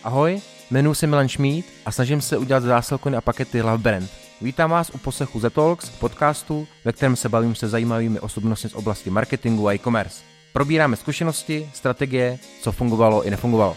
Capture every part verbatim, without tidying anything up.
Ahoj, jmenuji se Milan Šmíd a snažím se udělat zásilkony a pakety Love Brand. Vítám vás u poslechu The Talks, podcastu, ve kterém se bavím se zajímavými osobnostmi z oblasti marketingu a e-commerce. Probíráme zkušenosti, strategie, co fungovalo i nefungovalo.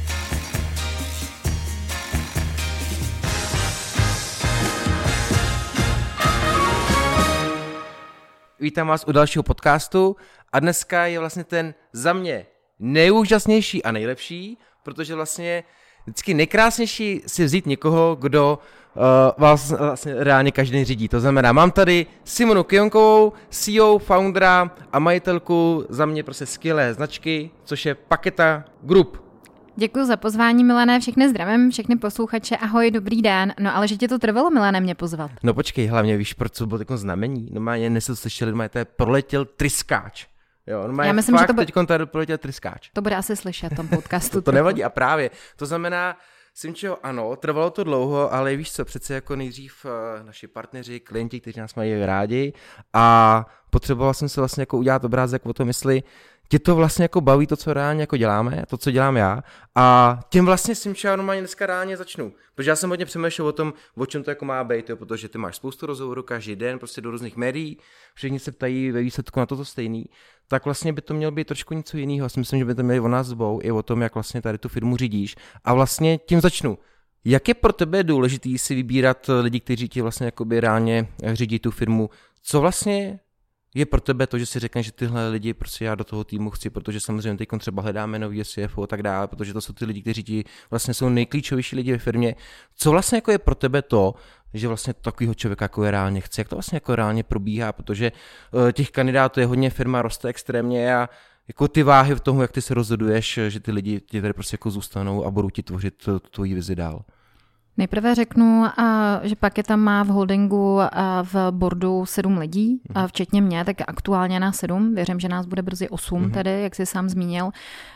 Vítám vás u dalšího podcastu a dneska je vlastně ten za mě nejúžasnější a nejlepší, protože vlastně vždycky nejkrásnější si vzít někoho, kdo uh, vás vlastně reálně každý řídí. To znamená, mám tady Simonu Kyonkovou, C E O, foundera a majitelku za mě prostě skvělé značky, což je Paketa Group. Děkuji za pozvání, Milané, všechny zdravím, všechny posluchače, ahoj, dobrý den. No ale že ti to trvalo, Milané, mě pozvat. No počkej, hlavně víš, proč to bylo takový znamení? No má jen nesl slyšeli, no má to je proletěl tryskáč. Jo, no má Já myslím, fakt, že to bude... teďkon tady proletěl tryskáč. To bude asi slyšet v tom podcastu. to, to nevadí a právě, to znamená, Simčo, ano, trvalo to dlouho, ale víš co, přece jako nejdřív uh, naši partneři, klienti, kteří nás mají rádi a potřeboval jsem se vlastně jako udělat obrázek o tom, jestli tě to vlastně jako baví to, co reálně jako děláme, to, co dělám já a tím vlastně Simčo, já normálně dneska reálně začnu, protože já jsem hodně přemýšlel o tom, o čem to jako má být, jo, protože ty máš spoustu rozhovorů každý den, prostě do různých médií, všichni se ptají ve výsledku na toto stejný, tak vlastně by to mělo být trošku něco jiného. Já si myslím, že by to měli o nás dvou i o tom, jak vlastně tady tu firmu řídíš. A vlastně tím začnu. Jak je pro tebe důležitý si vybírat lidi, kteří ti vlastně jakoby reálně řídí tu firmu? Co vlastně je pro tebe to, že si řekneš, že tyhle lidi prostě já do toho týmu chci, protože samozřejmě teď třeba hledáme nový C F O a tak dále, protože to jsou ty lidi, kteří ti vlastně jsou nejklíčovější lidi ve firmě. Co vlastně jako je pro tebe to, že vlastně takovýho člověka jako je reálně chce, jak to vlastně jako reálně probíhá, protože uh, těch kandidátů je hodně, firma roste extrémně a jako ty váhy v tomu, jak ty se rozhoduješ, že ty lidi ti tady prostě jako zůstanou a budou ti tvořit tvoji vizi dál. Nejprve řeknu, že Paketa má v holdingu v boardu sedm lidí, včetně mě, tak aktuálně nás sedm, věřím, že nás bude brzy osm tedy, jak jsi sám zmínil.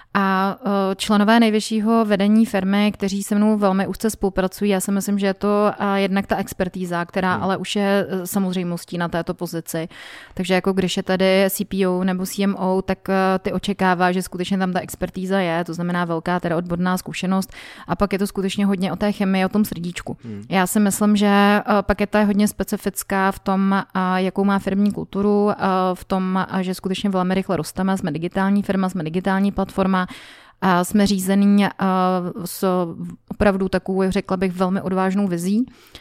A členové nejvyššího vedení firmy, kteří se mnou velmi úzce spolupracují, já si myslím, že je to jednak ta expertíza, která hmm. ale už je samozřejmostí na této pozici. Takže jako když je tady C P O nebo C M O, tak ty očekává, že skutečně tam ta expertíza je, to znamená velká teda odborná zkušenost a pak je to skutečně hodně o té chemii, o tom srdíčku. Hmm. Já si myslím, že Paketa je hodně specifická v tom, jakou má firmní kulturu, v tom, že skutečně velmi rychle rosteme, jsme digitální firma, jsme digitální platforma, a jsme řízení s opravdu takovou, řekla bych, velmi odvážnou vizí.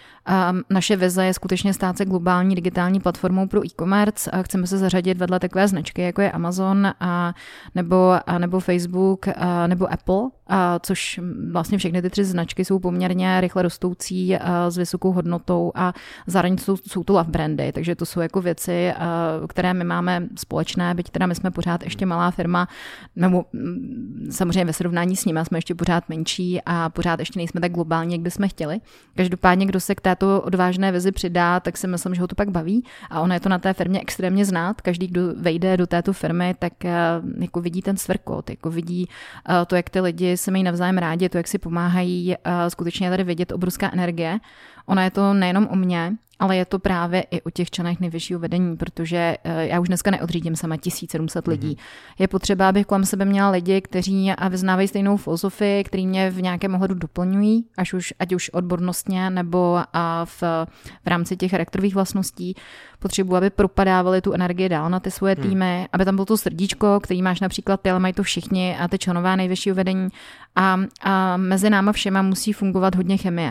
A naše vize je skutečně stát se globální digitální platformou pro e-commerce a chceme se zařadit vedle takové značky, jako je Amazon a nebo, a nebo Facebook a nebo Apple, a což vlastně všechny ty tři značky jsou poměrně rychle rostoucí a s vysokou hodnotou a zároveň jsou, jsou to love brandy, takže to jsou jako věci, které my máme společné, byť teda my jsme pořád ještě malá firma, nebo samozřejmě ve srovnání s nimi jsme ještě pořád menší a pořád ještě nejsme tak globální, jak bychom chtěli. Každopádně, kdo se k té to odvážné vizi přidá, tak si myslím, že ho to pak baví a ono je to na té firmě extrémně znát. Každý, kdo vejde do této firmy, tak jako vidí ten svrkot, jako vidí to, jak ty lidi se mají navzájem rádi, to, jak si pomáhají, skutečně tady vidět obrovská energie. Ona je to nejenom o mně, ale je to právě i o těch členech nejvyššího vedení, protože já už dneska neodřídím sama tisíc sedm set lidí. Mm-hmm. Je potřeba, abych kolem sebe měla lidi, kteří vyznávají stejnou filozofii, kteří mě v nějakém ohledu doplňují, až už, ať už odbornostně nebo a v, v rámci těch charakterových vlastností. Potřebuji, aby propadávali tu energii dál na ty svoje týmy, hmm. aby tam bylo to srdíčko, který máš například ty, ale mají to všichni a ty členové nejvyššího vedení. A, a mezi náma všema musí fungovat hodně chemie.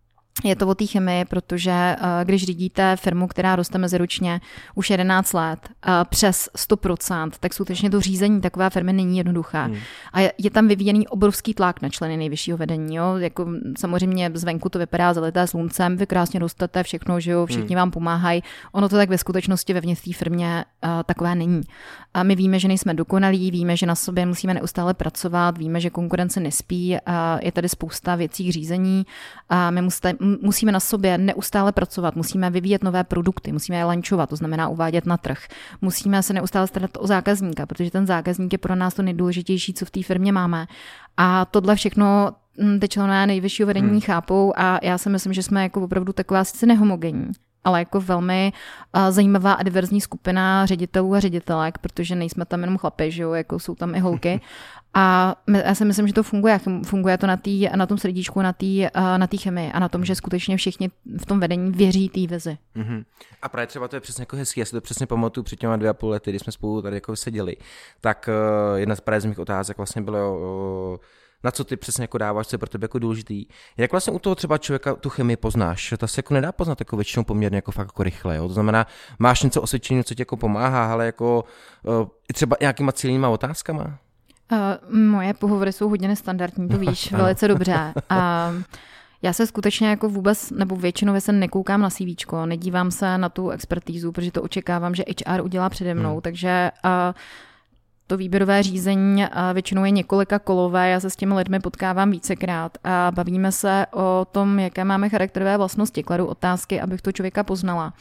Je to o té chemii, protože když řídíte firmu, která roste meziročně už jedenáct let přes sto procent, tak skutečně to řízení takové firmy není jednoduché. Hmm. A je tam vyvíjený obrovský tlak na členy nejvyššího vedení. Jo? Jako samozřejmě zvenku to vypadá zalité sluncem, vy krásně rostete, všechno, že jo, všichni hmm. vám pomáhají. Ono to tak ve skutečnosti vevnitř té firmě uh, takové není. A my víme, že nejsme dokonalí, víme, že na sobě musíme neustále pracovat, víme, že konkurence nespí, a je tady spousta věcí k řízení a my musíme musíme na sobě neustále pracovat, musíme vyvíjet nové produkty, musíme je lančovat, to znamená uvádět na trh. Musíme se neustále starat o zákazníka, protože ten zákazník je pro nás to nejdůležitější, co v té firmě máme. A tohle všechno ty členové nejvyššího vedení hmm. chápou a já si myslím, že jsme jako opravdu taková sice nehomogenní, ale jako velmi uh, zajímavá a diverzní skupina ředitelů a ředitelek, protože nejsme tam jenom chlapi, že jo, jako jsou tam i holky. A já si myslím, že to funguje. Funguje to na, tý, na tom srdíčku, na té na tý chemii a na tom, že skutečně všichni v tom vedení věří té vizi. Mm-hmm. A právě třeba to je přesně jako hezký. Já si to přesně pamatuju před těma dvě a půl lety, kdy jsme spolu tady jako seděli. Tak uh, jedna z právě z mých otázek vlastně bylo, uh, na co ty přesně jako dáváš, co je pro tebe jako důležitý. Jak vlastně u toho třeba člověka tu chemii poznáš? Ta se jako nedá poznat jako většinou poměrně jako fakt jako rychle. Jo? To znamená, máš něco osvědčeného, co ti jako pomáhá, ale jako uh, i třeba nějakýma cílnýma otázkama? Uh, moje pohovory jsou hodně nestandardní, to víš, velice dobře. A já se skutečně jako vůbec, nebo většinou se nekoukám na CVčko, nedívám se na tu expertízu, protože to očekávám, že H R udělá přede mnou, hmm. takže uh, to výběrové řízení uh, většinou je několika kolové, já se s těmi lidmi potkávám vícekrát a bavíme se o tom, jaké máme charakterové vlastnosti, kladu otázky, abych to člověka poznala.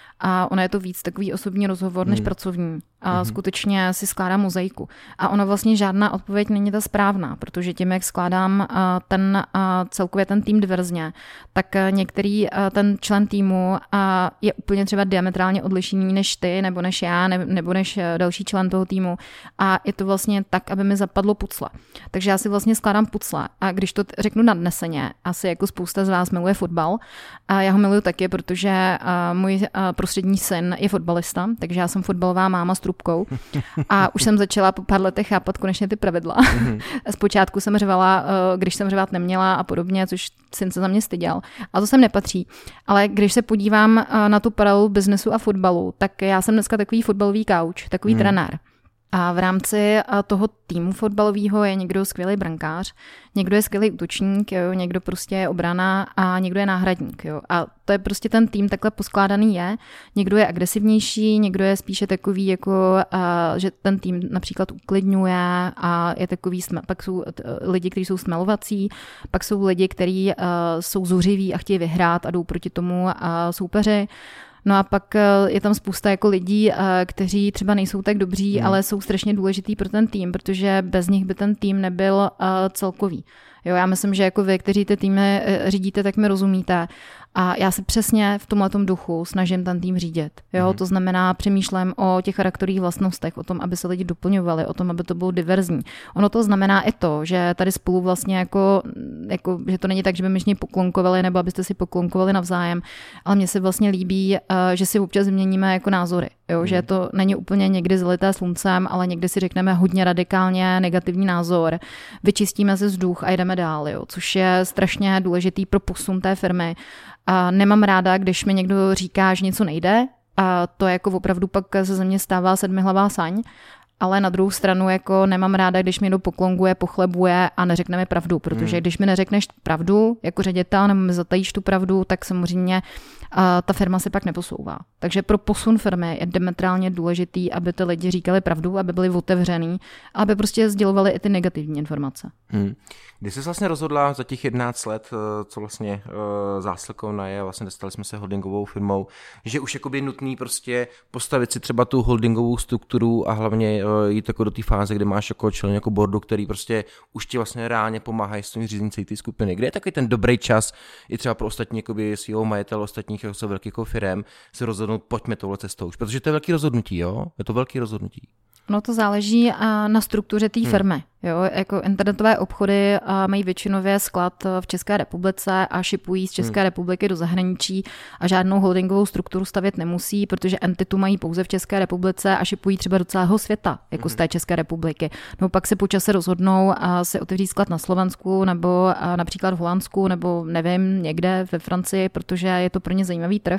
A ono je to víc takový osobní rozhovor než hmm. pracovní. A hmm. skutečně si skládám mozaiku. A ono vlastně žádná odpověď není ta správná, protože tím, jak skládám ten celkově ten tým diverzně, tak některý ten člen týmu je úplně třeba diametrálně odlišný než ty, nebo než já, nebo než další člen toho týmu. A je to vlastně tak, aby mi zapadlo pucle. Takže já si vlastně skládám pucle. A když to řeknu nadneseně, asi jako spousta z vás miluje fotbal, a já ho miluju taky, protože můj prostřední syn je fotbalista, takže já jsem fotbalová máma s trubkou a už jsem začala po pár letech chápat konečně ty pravidla. Zpočátku jsem řvala, když jsem řvat neměla a podobně, což syn se za mě styděl. A to sem nepatří. Ale když se podívám na tu paralelu biznesu a fotbalu, tak já jsem dneska takový fotbalový kauč, takový hmm. trenér. A v rámci toho týmu fotbalového je někdo skvělý brankář, někdo je skvělý útočník, jo, někdo prostě je obrana a někdo je náhradník. Jo. A to je prostě ten tým takhle poskládaný je. Někdo je agresivnější, někdo je spíše takový, jako, a, že ten tým například uklidňuje a je takový, pak jsou lidi, kteří jsou stmelovací, pak jsou lidi, kteří jsou zuřiví a chtějí vyhrát a jdou proti tomu a soupeři. No a pak je tam spousta jako lidí, kteří třeba nejsou tak dobří, hmm. ale jsou strašně důležitý pro ten tým, protože bez nich by ten tým nebyl celkový. Jo, já myslím, že jako vy, kteří ty týmy řídíte, tak mi rozumíte. A já se přesně v tomhletom duchu snažím ten tým řídit. Jo, mm. to znamená, přemýšlím o těch charakterových vlastnostech, o tom, aby se lidi doplňovali, o tom, aby to bylo diverzní. Ono to znamená i to, že tady spolu vlastně jako, jako že to není tak, že by my všichni poklonkovali, nebo abyste si poklonkovali navzájem, ale mně se vlastně líbí, že si občas změníme jako názory. Jo, mm. že to není úplně někdy zalité sluncem, ale někdy si řekneme hodně radikálně negativní názor, vyčistíme si vzduch a jdeme dál, jo, což je strašně důležitý pro posun té firmy. A nemám ráda, když mi někdo říká, že něco nejde, a to jako opravdu pak se ze mě stává sedmihlavá saň, ale na druhou stranu jako nemám ráda, když mi někdo poklonkuje, pochlebuje a neřekne mi pravdu, protože hmm. když mi neřekneš pravdu jako ředitel nebo mi zatajíš tu pravdu, tak samozřejmě a ta firma se pak neposouvá. Takže pro posun firmy je diametrálně důležitý, aby ty lidi říkali pravdu, aby byli otevřený a aby prostě sdělovali i ty negativní informace. Hmm. Kdy jsi vlastně rozhodla za těch jedenáct let, co vlastně uh, Zásilkovna je, vlastně dostali jsme se holdingovou firmou, že už jakoby nutný prostě postavit si třeba tu holdingovou strukturu a hlavně uh, jít jako do té fáze, kde máš jako člen jako boardu, který prostě už ti vlastně reálně pomáhají s tím řízením celé té skupiny. Kde je takový ten dobrý čas i třeba pro ostatní jakoby C E O, majitel ostatních jako jsou velkých jako firem se rozhodnout, pojďme touhle cestou, protože to je velký rozhodnutí, jo? Je to velký rozhodnutí. No to záleží na struktuře té firmy. Jo? Jako internetové obchody mají většinově sklad v České republice a šipují z České hmm. republiky do zahraničí a žádnou holdingovou strukturu stavět nemusí, protože entitu mají pouze v České republice a šipují třeba do celého světa, jako hmm. z té České republiky. No pak se po čase rozhodnou a se otevřít sklad na Slovensku nebo například v Holandsku nebo nevím, někde ve Francii, protože je to pro ně zajímavý trh.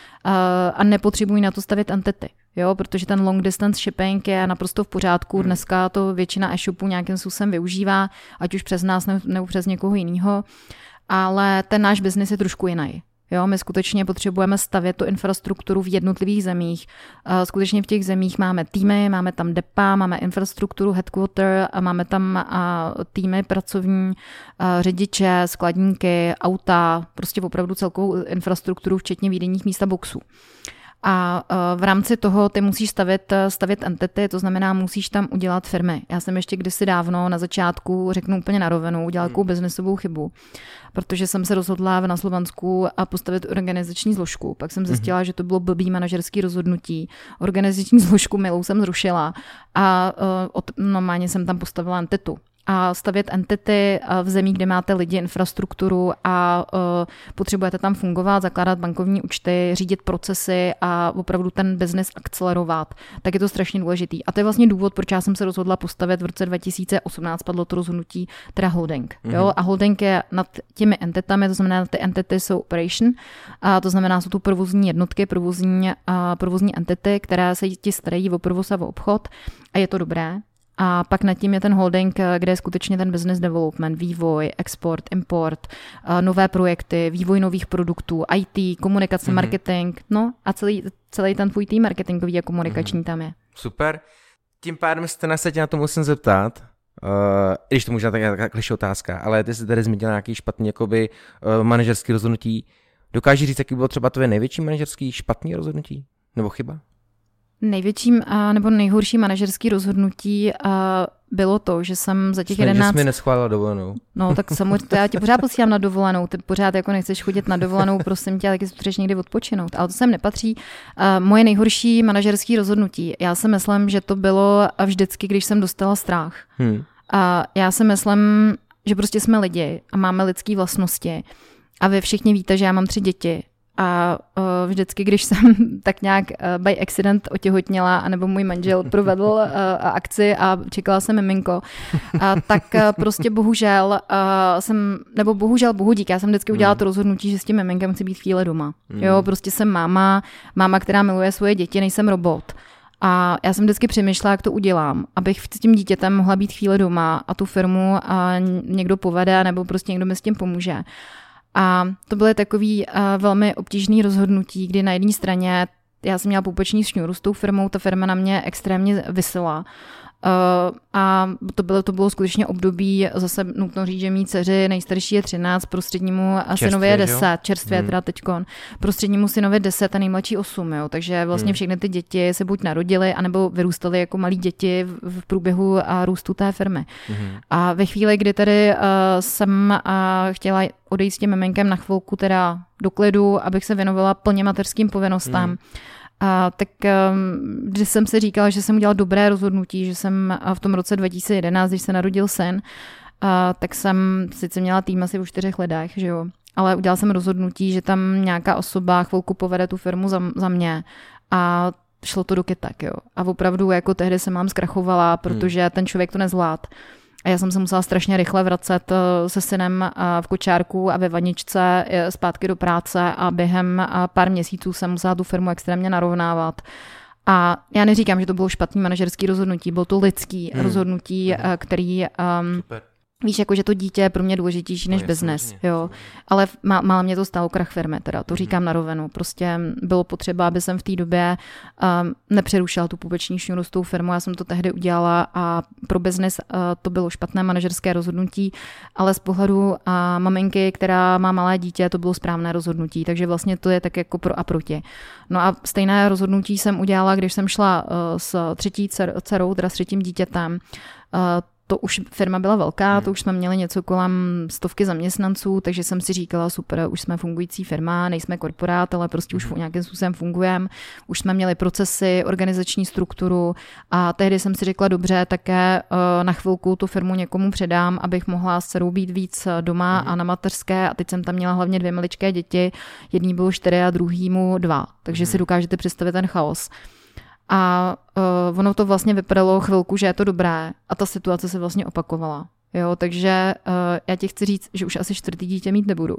A nepotřebují na to stavět entity, jo, protože ten long distance shipping je naprosto v pořádku. Hmm. Dneska to většina e-shopů nějakým způsobem využívá, ať už přes nás nebo přes někoho jiného, ale ten náš biznis je trošku jiný. Jo, my skutečně potřebujeme stavět tu infrastrukturu v jednotlivých zemích. Skutečně v těch zemích máme týmy, máme tam depa, máme infrastrukturu, headquarter, a máme tam týmy pracovní, řidiče, skladníky, auta, prostě opravdu celkovou infrastrukturu, včetně výdejních míst a boxů. A v rámci toho ty musíš stavět, stavět entity, to znamená, musíš tam udělat firmy. Já jsem ještě kdysi dávno na začátku, řeknu úplně na rovinu, udělala takovou biznesovou chybu, protože jsem se rozhodla na Slovensku a postavit organizační složku. Pak jsem zjistila, mm-hmm. že to bylo blbý manažerský rozhodnutí. Organizační složku milou jsem zrušila a od, normálně jsem tam postavila entitu. A stavět entity v zemí, kde máte lidi, infrastrukturu a uh, potřebujete tam fungovat, zakládat bankovní účty, řídit procesy a opravdu ten biznes akcelerovat, tak je to strašně důležitý. A to je vlastně důvod, proč já jsem se rozhodla postavit v roce dva tisíce osmnáct, padlo to rozhodnutí, teda holding. Mm-hmm. Jo? A holding je nad těmi entitami, to znamená, ty entity jsou operation, a to znamená, jsou tu provozní jednotky, provozní, uh, provozní entity, které se ti starají o provoz a o obchod a je to dobré. A pak nad tím je ten holding, kde je skutečně ten business development, vývoj, export, import, nové projekty, vývoj nových produktů, í té, komunikace, mm-hmm. marketing, no a celý, celý ten tvůj tým marketingový a komunikační mm-hmm. tam je. Super. Tím pádem se se tě na to musím zeptat, uh, i když to možná taková klišé otázka, ale ty jsi tady zmínil nějaký špatný jakoby, uh, manažerský rozhodnutí. Dokážeš říct, jaký bylo třeba tvoje největší manažerský špatný rozhodnutí? Nebo chyba? Největším a, nebo nejhorší manažerský rozhodnutí a, bylo to, že jsem za těch Jsme, jedenáct... Že jsi mi neschválila dovolenou. No tak samozřejmě, já tě pořád posílám na dovolenou, ty pořád jako nechceš chodit na dovolenou, prosím tě, taky si potřebuješ někdy odpočinout, ale to sem nepatří. A, moje nejhorší manažerský rozhodnutí, já si myslím, že to bylo vždycky, když jsem dostala strach. Hmm. A já si myslím, že prostě jsme lidi a máme lidské vlastnosti a vy všichni víte, že já mám tři děti. A uh, vždycky, když jsem tak nějak uh, by accident otěhotněla, anebo můj manžel provedl uh, akci a čekala jsem miminko, uh, tak uh, prostě bohužel uh, jsem, nebo bohužel bohudík, já jsem vždycky udělala to rozhodnutí, že s tím miminkem chci být chvíli doma. Mm. Jo, prostě jsem máma, máma, která miluje svoje děti, nejsem robot. A já jsem vždycky přemýšlela, jak to udělám, abych s tím dítětem mohla být chvíli doma a tu firmu a někdo povede, nebo prostě někdo mi s tím pomůže. A to byly takový uh, velmi obtížný rozhodnutí, kdy na jedné straně já jsem měla půlpeční šňůru s tou firmou, ta firma na mě extrémně visela. Uh, a to bylo, to bylo skutečně období, zase nutno říct, že mý dceři nejstarší je třináct, prostřednímu a synovi je deset, čerstvě hmm. teda teďkon, prostřednímu synovi deset a nejmladší osm, jo, takže vlastně hmm. všechny ty děti se buď narodily, anebo vyrůstaly jako malí děti v, v průběhu a růstu té firmy. Hmm. A ve chvíli, kdy tady uh, jsem uh, chtěla odejít s tím miminkem na chvilku teda do klidu, abych se věnovala plně mateřským povinnostem, hmm. A tak když jsem si říkala, že jsem udělala dobré rozhodnutí, že jsem v tom roce dva tisíce jedenáct, když se narodil syn, a tak jsem sice měla tým asi v čtyřech lidech, že jo, ale udělala jsem rozhodnutí, že tam nějaká osoba chvilku povede tu firmu za, za mě a šlo to do kytek, jo. A opravdu jako tehdy jsem mám zkrachovala, protože hmm. ten člověk to nezvlád. A já jsem se musela strašně rychle vracet se synem v kočárku a ve vaničce zpátky do práce a během pár měsíců jsem musela tu firmu extrémně narovnávat. A já neříkám, že to bylo špatný manažerský rozhodnutí, bylo to lidský hmm. rozhodnutí, který... Um, Super. Víš, jako, že to dítě je pro mě důležitější než no, biznes, jo. Ale málo mě to stálo krach firmy, teda, to říkám mm-hmm. na rovinu. Prostě bylo potřeba, aby jsem v té době um, nepřerušila tu půlpeční šňůru s tou firmou. Já jsem to tehdy udělala a pro biznes uh, to bylo špatné manažerské rozhodnutí, ale z pohledu uh, maminky, která má malé dítě, to bylo správné rozhodnutí. Takže vlastně to je tak jako pro a proti. No a stejné rozhodnutí jsem udělala, když jsem šla uh, s třetí dcer, dcerou, teda s třetím dítětem. Uh, To už firma byla velká, to už jsme měli něco kolem stovky zaměstnanců, takže jsem si říkala, super, už jsme fungující firma, nejsme korporát, ale prostě už nějakým způsobem fungujeme, už jsme měli procesy, organizační strukturu a tehdy jsem si řekla, dobře, také na chvilku tu firmu někomu předám, abych mohla s dcerou být víc doma a na mateřské a teď jsem tam měla hlavně dvě maličké děti, jedný bylo čtyři a druhýmu dva, takže si dokážete představit ten chaos. A uh, ono to vlastně vypadalo chvilku, že je to dobré a ta situace se vlastně opakovala. Jo, takže uh, já ti chci říct, že už asi čtvrtý dítě mít nebudu.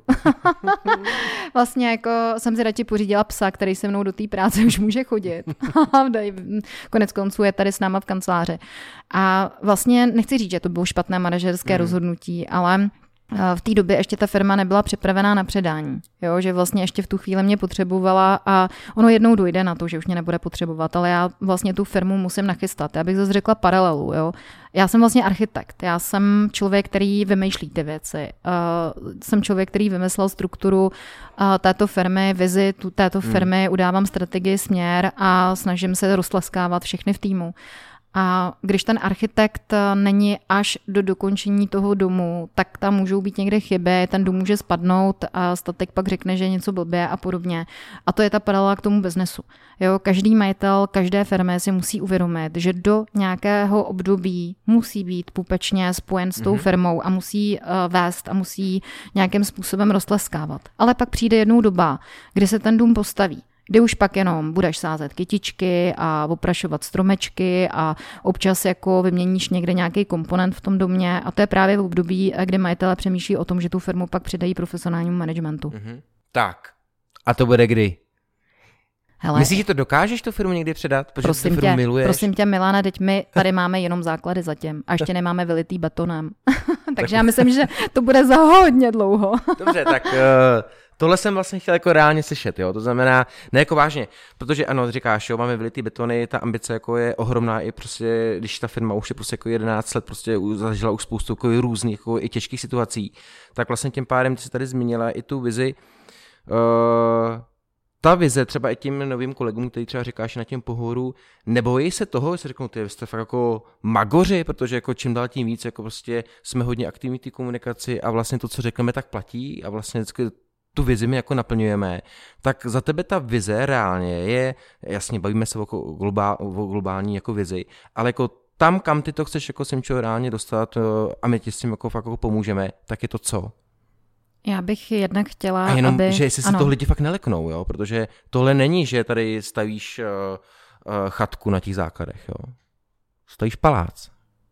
Vlastně jako jsem si radši pořídila psa, který se mnou do té práce už může chodit. Konec konců je tady s náma v kanceláři. A vlastně nechci říct, že to bylo špatné manažerské mm. rozhodnutí, ale v té době ještě ta firma nebyla připravená na předání, jo, že vlastně ještě v tu chvíli mě potřebovala a ono jednou dojde na to, že už mě nebude potřebovat, ale já vlastně tu firmu musím nachystat. Já bych zase řekla paralelu, jo. Já jsem vlastně architekt, já jsem člověk, který vymýšlí ty věci. Uh, jsem člověk, který vymyslel strukturu uh, této firmy, vizi tu, této firmy, hmm. udávám strategii, směr a snažím se roztleskávat všechny v týmu. A když ten architekt není až do dokončení toho domu, tak tam můžou být někde chyby, ten dům může spadnout a statek pak řekne, že je něco blbě a podobně. A to je ta paralela k tomu biznesu. Jo, každý majitel každé firmy si musí uvědomit, že do nějakého období musí být půpečně spojen s tou firmou a musí uh, vést a musí nějakým způsobem roztleskávat. Ale pak přijde jednou doba, kdy se ten dům postaví, kdy už pak jenom budeš sázet kytičky a oprašovat stromečky a občas jako vyměníš někde nějaký komponent v tom domě a to je právě v období, kdy majitelé přemýšlí o tom, že tu firmu pak předají profesionálnímu managementu. Mm-hmm. Tak. A to bude kdy? Hele, myslíš, že to dokážeš tu firmu někdy předat? Protože prosím tu firmu tě, miluješ? prosím tě, Milane, teď my tady máme jenom základy zatím a ještě nemáme vylitý betonem. Takže já myslím, že to bude za hodně dlouho. Dobře, tak... Uh... Tohle jsem vlastně chtěl jako reálně slyšet, jo, to znamená, ne jako vážně, protože ano, říkáš, jo, máme vylitý betony, ta ambice jako je ohromná i prostě, když ta firma už je prostě jako jedenáct let, prostě zažila už spoustu jako různých, jako i těžkých situací, tak vlastně tím pádem, ty jsi tady zmínila i tu vizi, uh, ta vize třeba i tím novým kolegům, který třeba říkáš na těm pohovoru, nebojí se toho, že se řeknou, ty jste fakt jako magoři, protože jako čím dál tím víc, jako prostě jsme hodně aktivní v té komunikaci a vlastně to, co řekneme, tak platí a vlastně vždycky tu vizi my jako naplňujeme, tak za tebe ta vize reálně je, jasně bavíme se o, globál, o globální jako vizi, ale jako tam, kam ty to chceš jako Simčo reálně dostat a my ti s tím jako fakt jako pomůžeme, tak je to co? Já bych jednak chtěla, a jenom, aby... že jestli si ano. toho lidi fakt neleknou, jo? Protože tohle není, že tady stavíš uh, uh, chatku na těch základech, jo? Stavíš palác.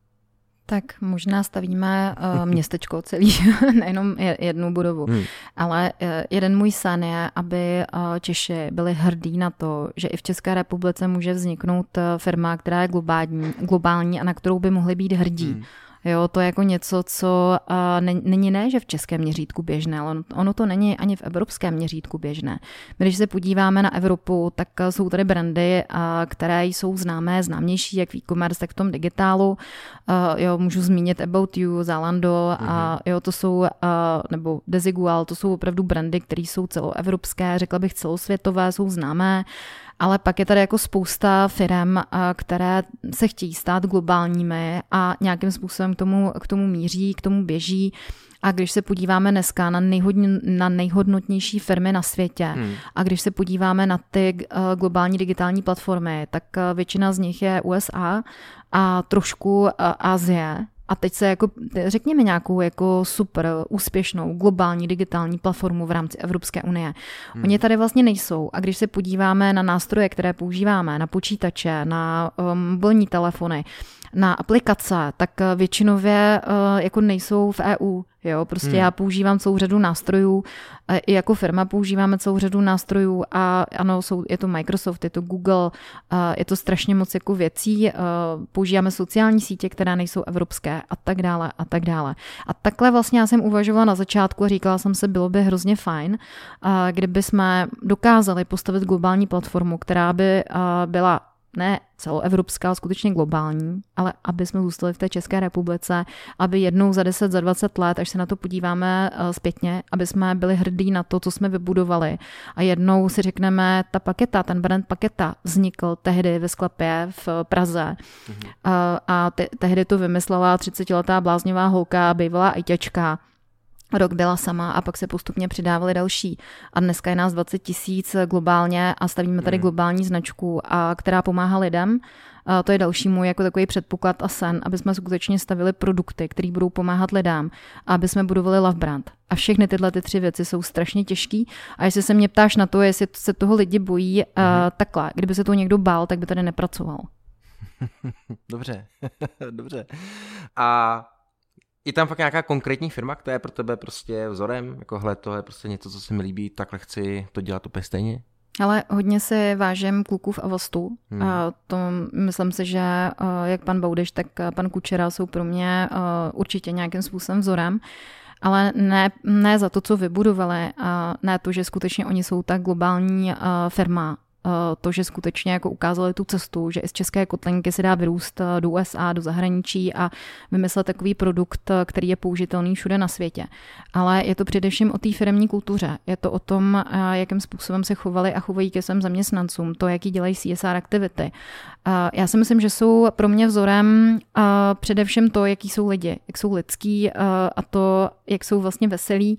Tak možná stavíme uh, městečko celý, nejenom jednu budovu. Hmm. Ale uh, jeden můj sen je, aby uh, Češi byli hrdí na to, že i v České republice může vzniknout uh, firma, která je globální, globální a na kterou by mohli být hrdí. Hmm. Jo, to je jako něco, co uh, není ne, že v českém měřítku běžné, ale ono to není ani v evropském měřítku běžné. My, když se podíváme na Evropu, tak uh, jsou tady brandy, uh, které jsou známé, známější, jak v e-commerce, tak v tom digitálu. Uh, jo, můžu zmínit About You, Zalando, mm-hmm. a jo, to jsou, uh, nebo Desigual, to jsou opravdu brandy, které jsou celoevropské, řekla bych celosvětové, jsou známé. Ale pak je tady jako spousta firem, které se chtějí stát globálními a nějakým způsobem k tomu, k tomu míří, k tomu běží. A když se podíváme dneska na, nejhodně, na nejhodnotnější firmy na světě hmm. a když se podíváme na ty globální digitální platformy, tak většina z nich je U S A a trošku Asie. A teď se jako, řekněme nějakou jako super úspěšnou globální digitální platformu v rámci Evropské unie. Hmm. Oni tady vlastně nejsou. A když se podíváme na nástroje, které používáme, na počítače, na mobilní telefony, na aplikace, tak většinově jako nejsou v E U. Jo, prostě hmm. já používám celou řadu nástrojů, i jako firma používáme celou řadu nástrojů a ano, jsou, je to Microsoft, je to Google, je to strašně moc jako věcí, používáme sociální sítě, které nejsou evropské a tak dále a tak dále. A takhle vlastně já jsem uvažovala na začátku a říkala jsem se, bylo by hrozně fajn, kdyby jsme dokázali postavit globální platformu, která by byla ne celoevropská, ale skutečně globální, ale aby jsme zůstali v té České republice, aby jednou za deset, za dvacet let, až se na to podíváme zpětně, aby jsme byli hrdí na to, co jsme vybudovali. A jednou si řekneme, ta Paketa, ten brand Paketa vznikl tehdy ve sklepě v Praze. Mhm. A, a te, tehdy to vymyslela třicetiletá bláznivá holka, bývalá ajťačka. Rok byla sama a pak se postupně přidávaly další. A dneska je nás dvacet tisíc globálně a stavíme tady globální značku, a která pomáhá lidem. A to je další můj jako takový předpoklad a sen, aby jsme skutečně stavili produkty, které budou pomáhat lidem, a aby jsme budovali love brand. A všechny tyhle ty tři věci jsou strašně těžký. A jestli se mě ptáš na to, jestli se toho lidi bojí, mm-hmm. uh, takhle, kdyby se toho někdo bál, tak by tady nepracoval. Dobře, dobře. A je tam fakt nějaká konkrétní firma, která je pro tebe prostě vzorem? Jako hle, to je prostě něco, co se mi líbí, takhle chci to dělat úplně stejně? Ale hodně si vážím kluků v Avastu. Hmm. A to myslím si, že jak pan Baudyš, tak pan Kučera jsou pro mě určitě nějakým způsobem vzorem. ale ne, ne za to, co vybudovali, a ne to, že skutečně oni jsou tak globální firma. To, že skutečně jako ukázali tu cestu, že i z české kotlinky se dá vyrůst do U S A, do zahraničí a vymyslet takový produkt, který je použitelný všude na světě. Ale je to především o té firemní kultuře. Je to o tom, jakým způsobem se chovali a chovají ke svým zaměstnancům, to, jaký dělají C S R aktivity. Já si myslím, že jsou pro mě vzorem především to, jaký jsou lidi, jak jsou lidský a to, jak jsou vlastně veselí.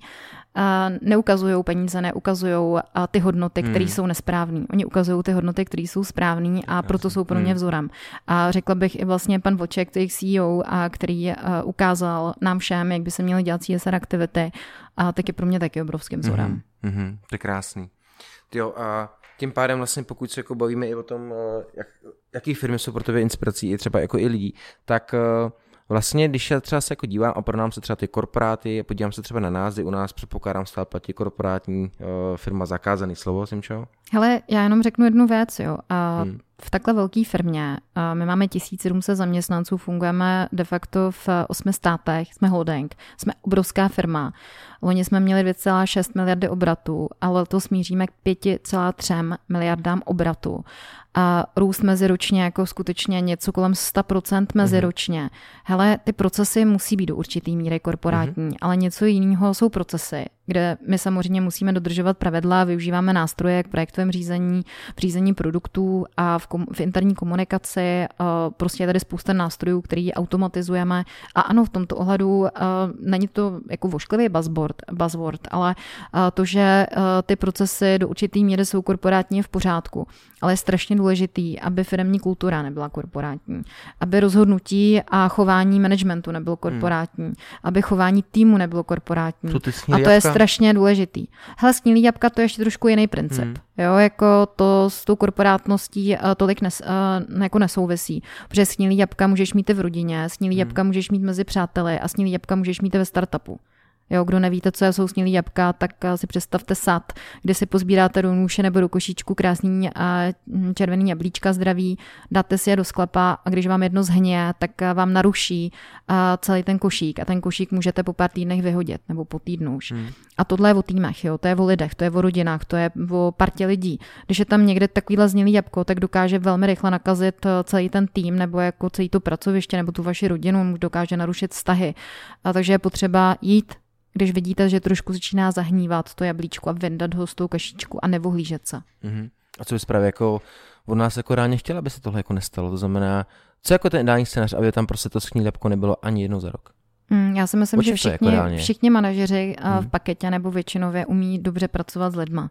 Neukazují peníze, neukazují ty hodnoty, které hmm. jsou nesprávné. Oni ukazují ty hodnoty, které jsou správné a proto jsou pro mě hmm. vzorem. A řekla bych i vlastně pan Voček, jejich C E O, a který ukázal nám všem, jak by se měly dělat C S R aktivity, a tak je pro mě taky obrovským vzorem. Mm-hmm. Mm-hmm. To je krásný. Jo, a tím pádem vlastně, pokud se jako bavíme i o tom, jak, jaký firmy jsou pro tebe inspirací, i třeba jako i lidí, tak vlastně, když já třeba se jako dívám a pronám se třeba ty korporáty, podívám se třeba na nás, u nás předpokládám stále platí korporátní uh, firma, zakázaný slovo, Simčo? Hele, já jenom řeknu jednu věc, jo. A hmm. v takhle velké firmě, a my máme tisíc sedm set zaměstnanců, fungujeme de facto v osmi státech, jsme holding, jsme obrovská firma. Loni jsme měli dvě celá šest miliardy obratů, ale letos míříme k pět celá tři miliardám obratů. A růst meziročně jako skutečně něco kolem sto procent meziročně. Hele, ty procesy musí být do určitý míry korporátní, mm-hmm. ale něco jiného jsou procesy, kde my samozřejmě musíme dodržovat pravidla, využíváme nástroje k projektovém řízení, v řízení produktů a v, kom, v interní komunikaci. Prostě je tady spousta nástrojů, který automatizujeme. A ano, v tomto ohledu není to jako vošklivý buzzword, buzzword ale to, že ty procesy do určitý míry jsou korporátní, v pořádku. Ale je strašně důležitý, aby firemní kultura nebyla korporátní, aby rozhodnutí a chování managementu nebylo korporátní, hmm. aby chování týmu nebylo korporátní. A to je strašně důležitý. Hele, snílý jabka, to je ještě trošku jiný princip. Hmm. Jo, jako to s tou korporátností tolik nes, jako nesouvisí. Protože snílý jabka můžeš mít i v rodině, snílý hmm. jabka můžeš mít mezi přáteli a snílý jabka můžeš mít i ve startupu. Jo, kdo nevíte, co jsou snílý jabka, tak si představte sad, kde si pozbíráte do nůše nebo do košíčku krásný červený jablíčka zdraví, dáte si je do sklepa a když vám jedno zhně, tak vám naruší celý ten košík a ten košík můžete po pár týdnech vyhodit nebo po týdnu už. Hmm. A tohle je o týmech, jo, to je o lidech, to je o rodinách, to je o partě lidí. Když je tam někde takovýhle snílý jabko, tak dokáže velmi rychle nakazit celý ten tým nebo jako celý to pracoviště nebo tu vaši rodinu, dokáže narušit vztahy. A takže je potřeba jít, když vidíte, že trošku začíná zahnívat to jablíčko a vyndat ho z tou kašičku a nevohlížet se. Mm-hmm. A co bys právě jako od nás jako reálně chtěla, aby se tohle jako nestalo? To znamená, co jako ten ideální scénář, aby tam prostě to snílý jabko nebylo ani jednou za rok? Mm, já si myslím, že všichni, jako všichni manažeři mm. v paketě nebo většinově umí dobře pracovat s lidma.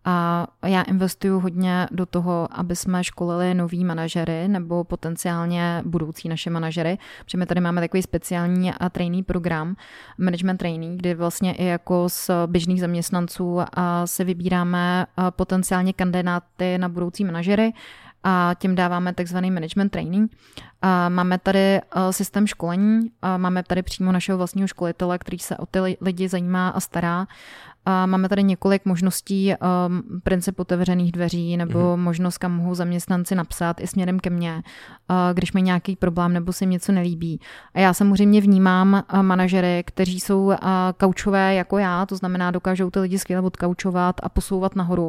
A já investuju hodně do toho, aby jsme školili nový manažery nebo potenciálně budoucí naše manažery. Protože my tady máme takový speciální trainee program, management trainee, kdy vlastně i jako z běžných zaměstnanců se vybíráme potenciálně kandidáty na budoucí manažery a tím dáváme takzvaný management training. A máme tady systém školení, a máme tady přímo našeho vlastního školitele, který se o ty lidi zajímá a stará. A máme tady několik možností, um, princip otevřených dveří nebo mm-hmm. možnost, kam mohou zaměstnanci napsat i směrem ke mně, uh, když mají nějaký problém nebo se jim něco nelíbí. A já samozřejmě vnímám uh, manažery, kteří jsou uh, kaučové jako já, to znamená dokážou ty lidi skvěle odkaučovat a posouvat nahoru.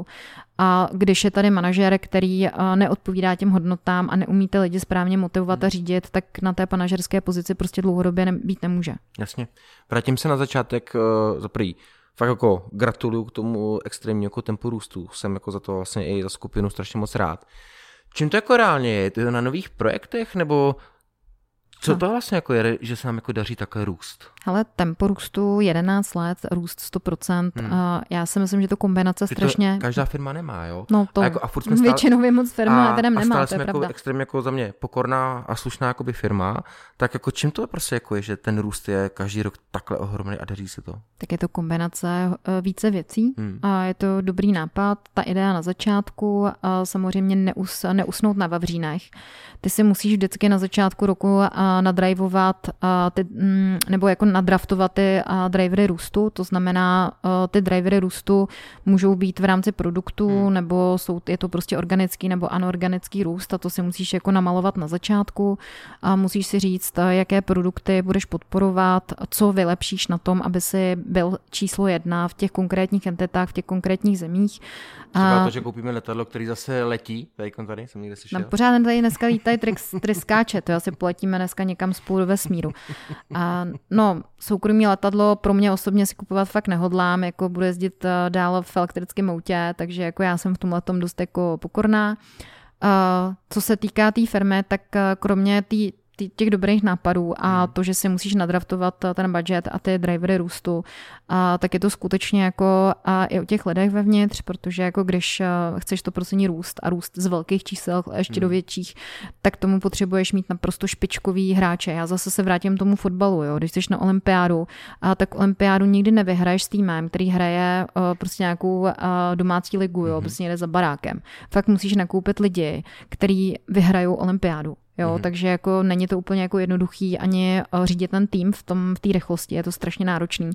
A když je tady manažer, který uh, neodpovídá těm hodnotám a neumí ty lidi správně motivovat a řídit, tak na té manažerské pozici prostě dlouhodobě ne- být nemůže. Jasně. Vrátím se na začátek uh, za prvý. Fakt jako gratuluju k tomu extrémnímu jako tempu růstu. Jsem jako za to vlastně i za skupinu strašně moc rád. Čím to jako reálně je? To je na nových projektech nebo co to vlastně jako je, že se nám jako daří takhle růst? Ale tempo růstu jedenáct let, růst sto procent. Hmm. Já si myslím, že to kombinace že strašně... To každá firma nemá, jo? No to a jako, a furt jsme stále... většinově moc firma teda nemá, a to je jako pravda. extrémně jako za mě pokorná a slušná jakoby firma, tak jako čím to prostě jako je, že ten růst je každý rok takhle ohromný a daří se to? Tak je to kombinace více věcí hmm. a je to dobrý nápad, ta idea na začátku a samozřejmě neus, neusnout na vavřínech. Ty si musíš vždycky na začátku roku nadrivovat ty, nebo jako nadraftovat ty drivery růstu, to znamená ty drivery růstu můžou být v rámci produktu, hmm. nebo jsou, je to prostě organický nebo anorganický růst a to si musíš jako namalovat na začátku a musíš si říct, jaké produkty budeš podporovat, co vylepšíš na tom, aby si byl číslo jedna v těch konkrétních entitách, v těch konkrétních zemích. Třeba to, že koupíme letadlo, který zase letí, tady, tady jsem někde slyšel. No, pořád tady dneska lítají tryskáče, to asi poletíme dneska někam spolu do vesmíru. A no, soukromý letadlo pro mě osobně si kupovat fakt nehodlám, jako budu jezdit dál v elektrickém autě, takže jako já jsem v tomhletom dost jako pokorná. Uh, co se týká té firmy, tak kromě té těch dobrých nápadů a hmm. to, že si musíš nadraftovat ten budget a ty drivery růstu, a tak je to skutečně jako a i o těch lidech vevnitř, protože jako když chceš to procení růst a růst z velkých čísel a ještě hmm. do větších, tak tomu potřebuješ mít naprosto špičkový hráče. Já zase se vrátím k tomu fotbalu, jo. Když jsi na olympiádu, a tak olympiádu nikdy nevyhraješ s týmem, který hraje uh, prostě nějakou uh, domácí ligu, jo, hmm. prostě někde za barákem. Fakt musíš nakoupit lidi, kteří vyhrajou olympiádu. Jo, mm-hmm. takže jako není to úplně jako jednoduchý ani řídit ten tým v tom v té rychlosti, je to strašně náročný.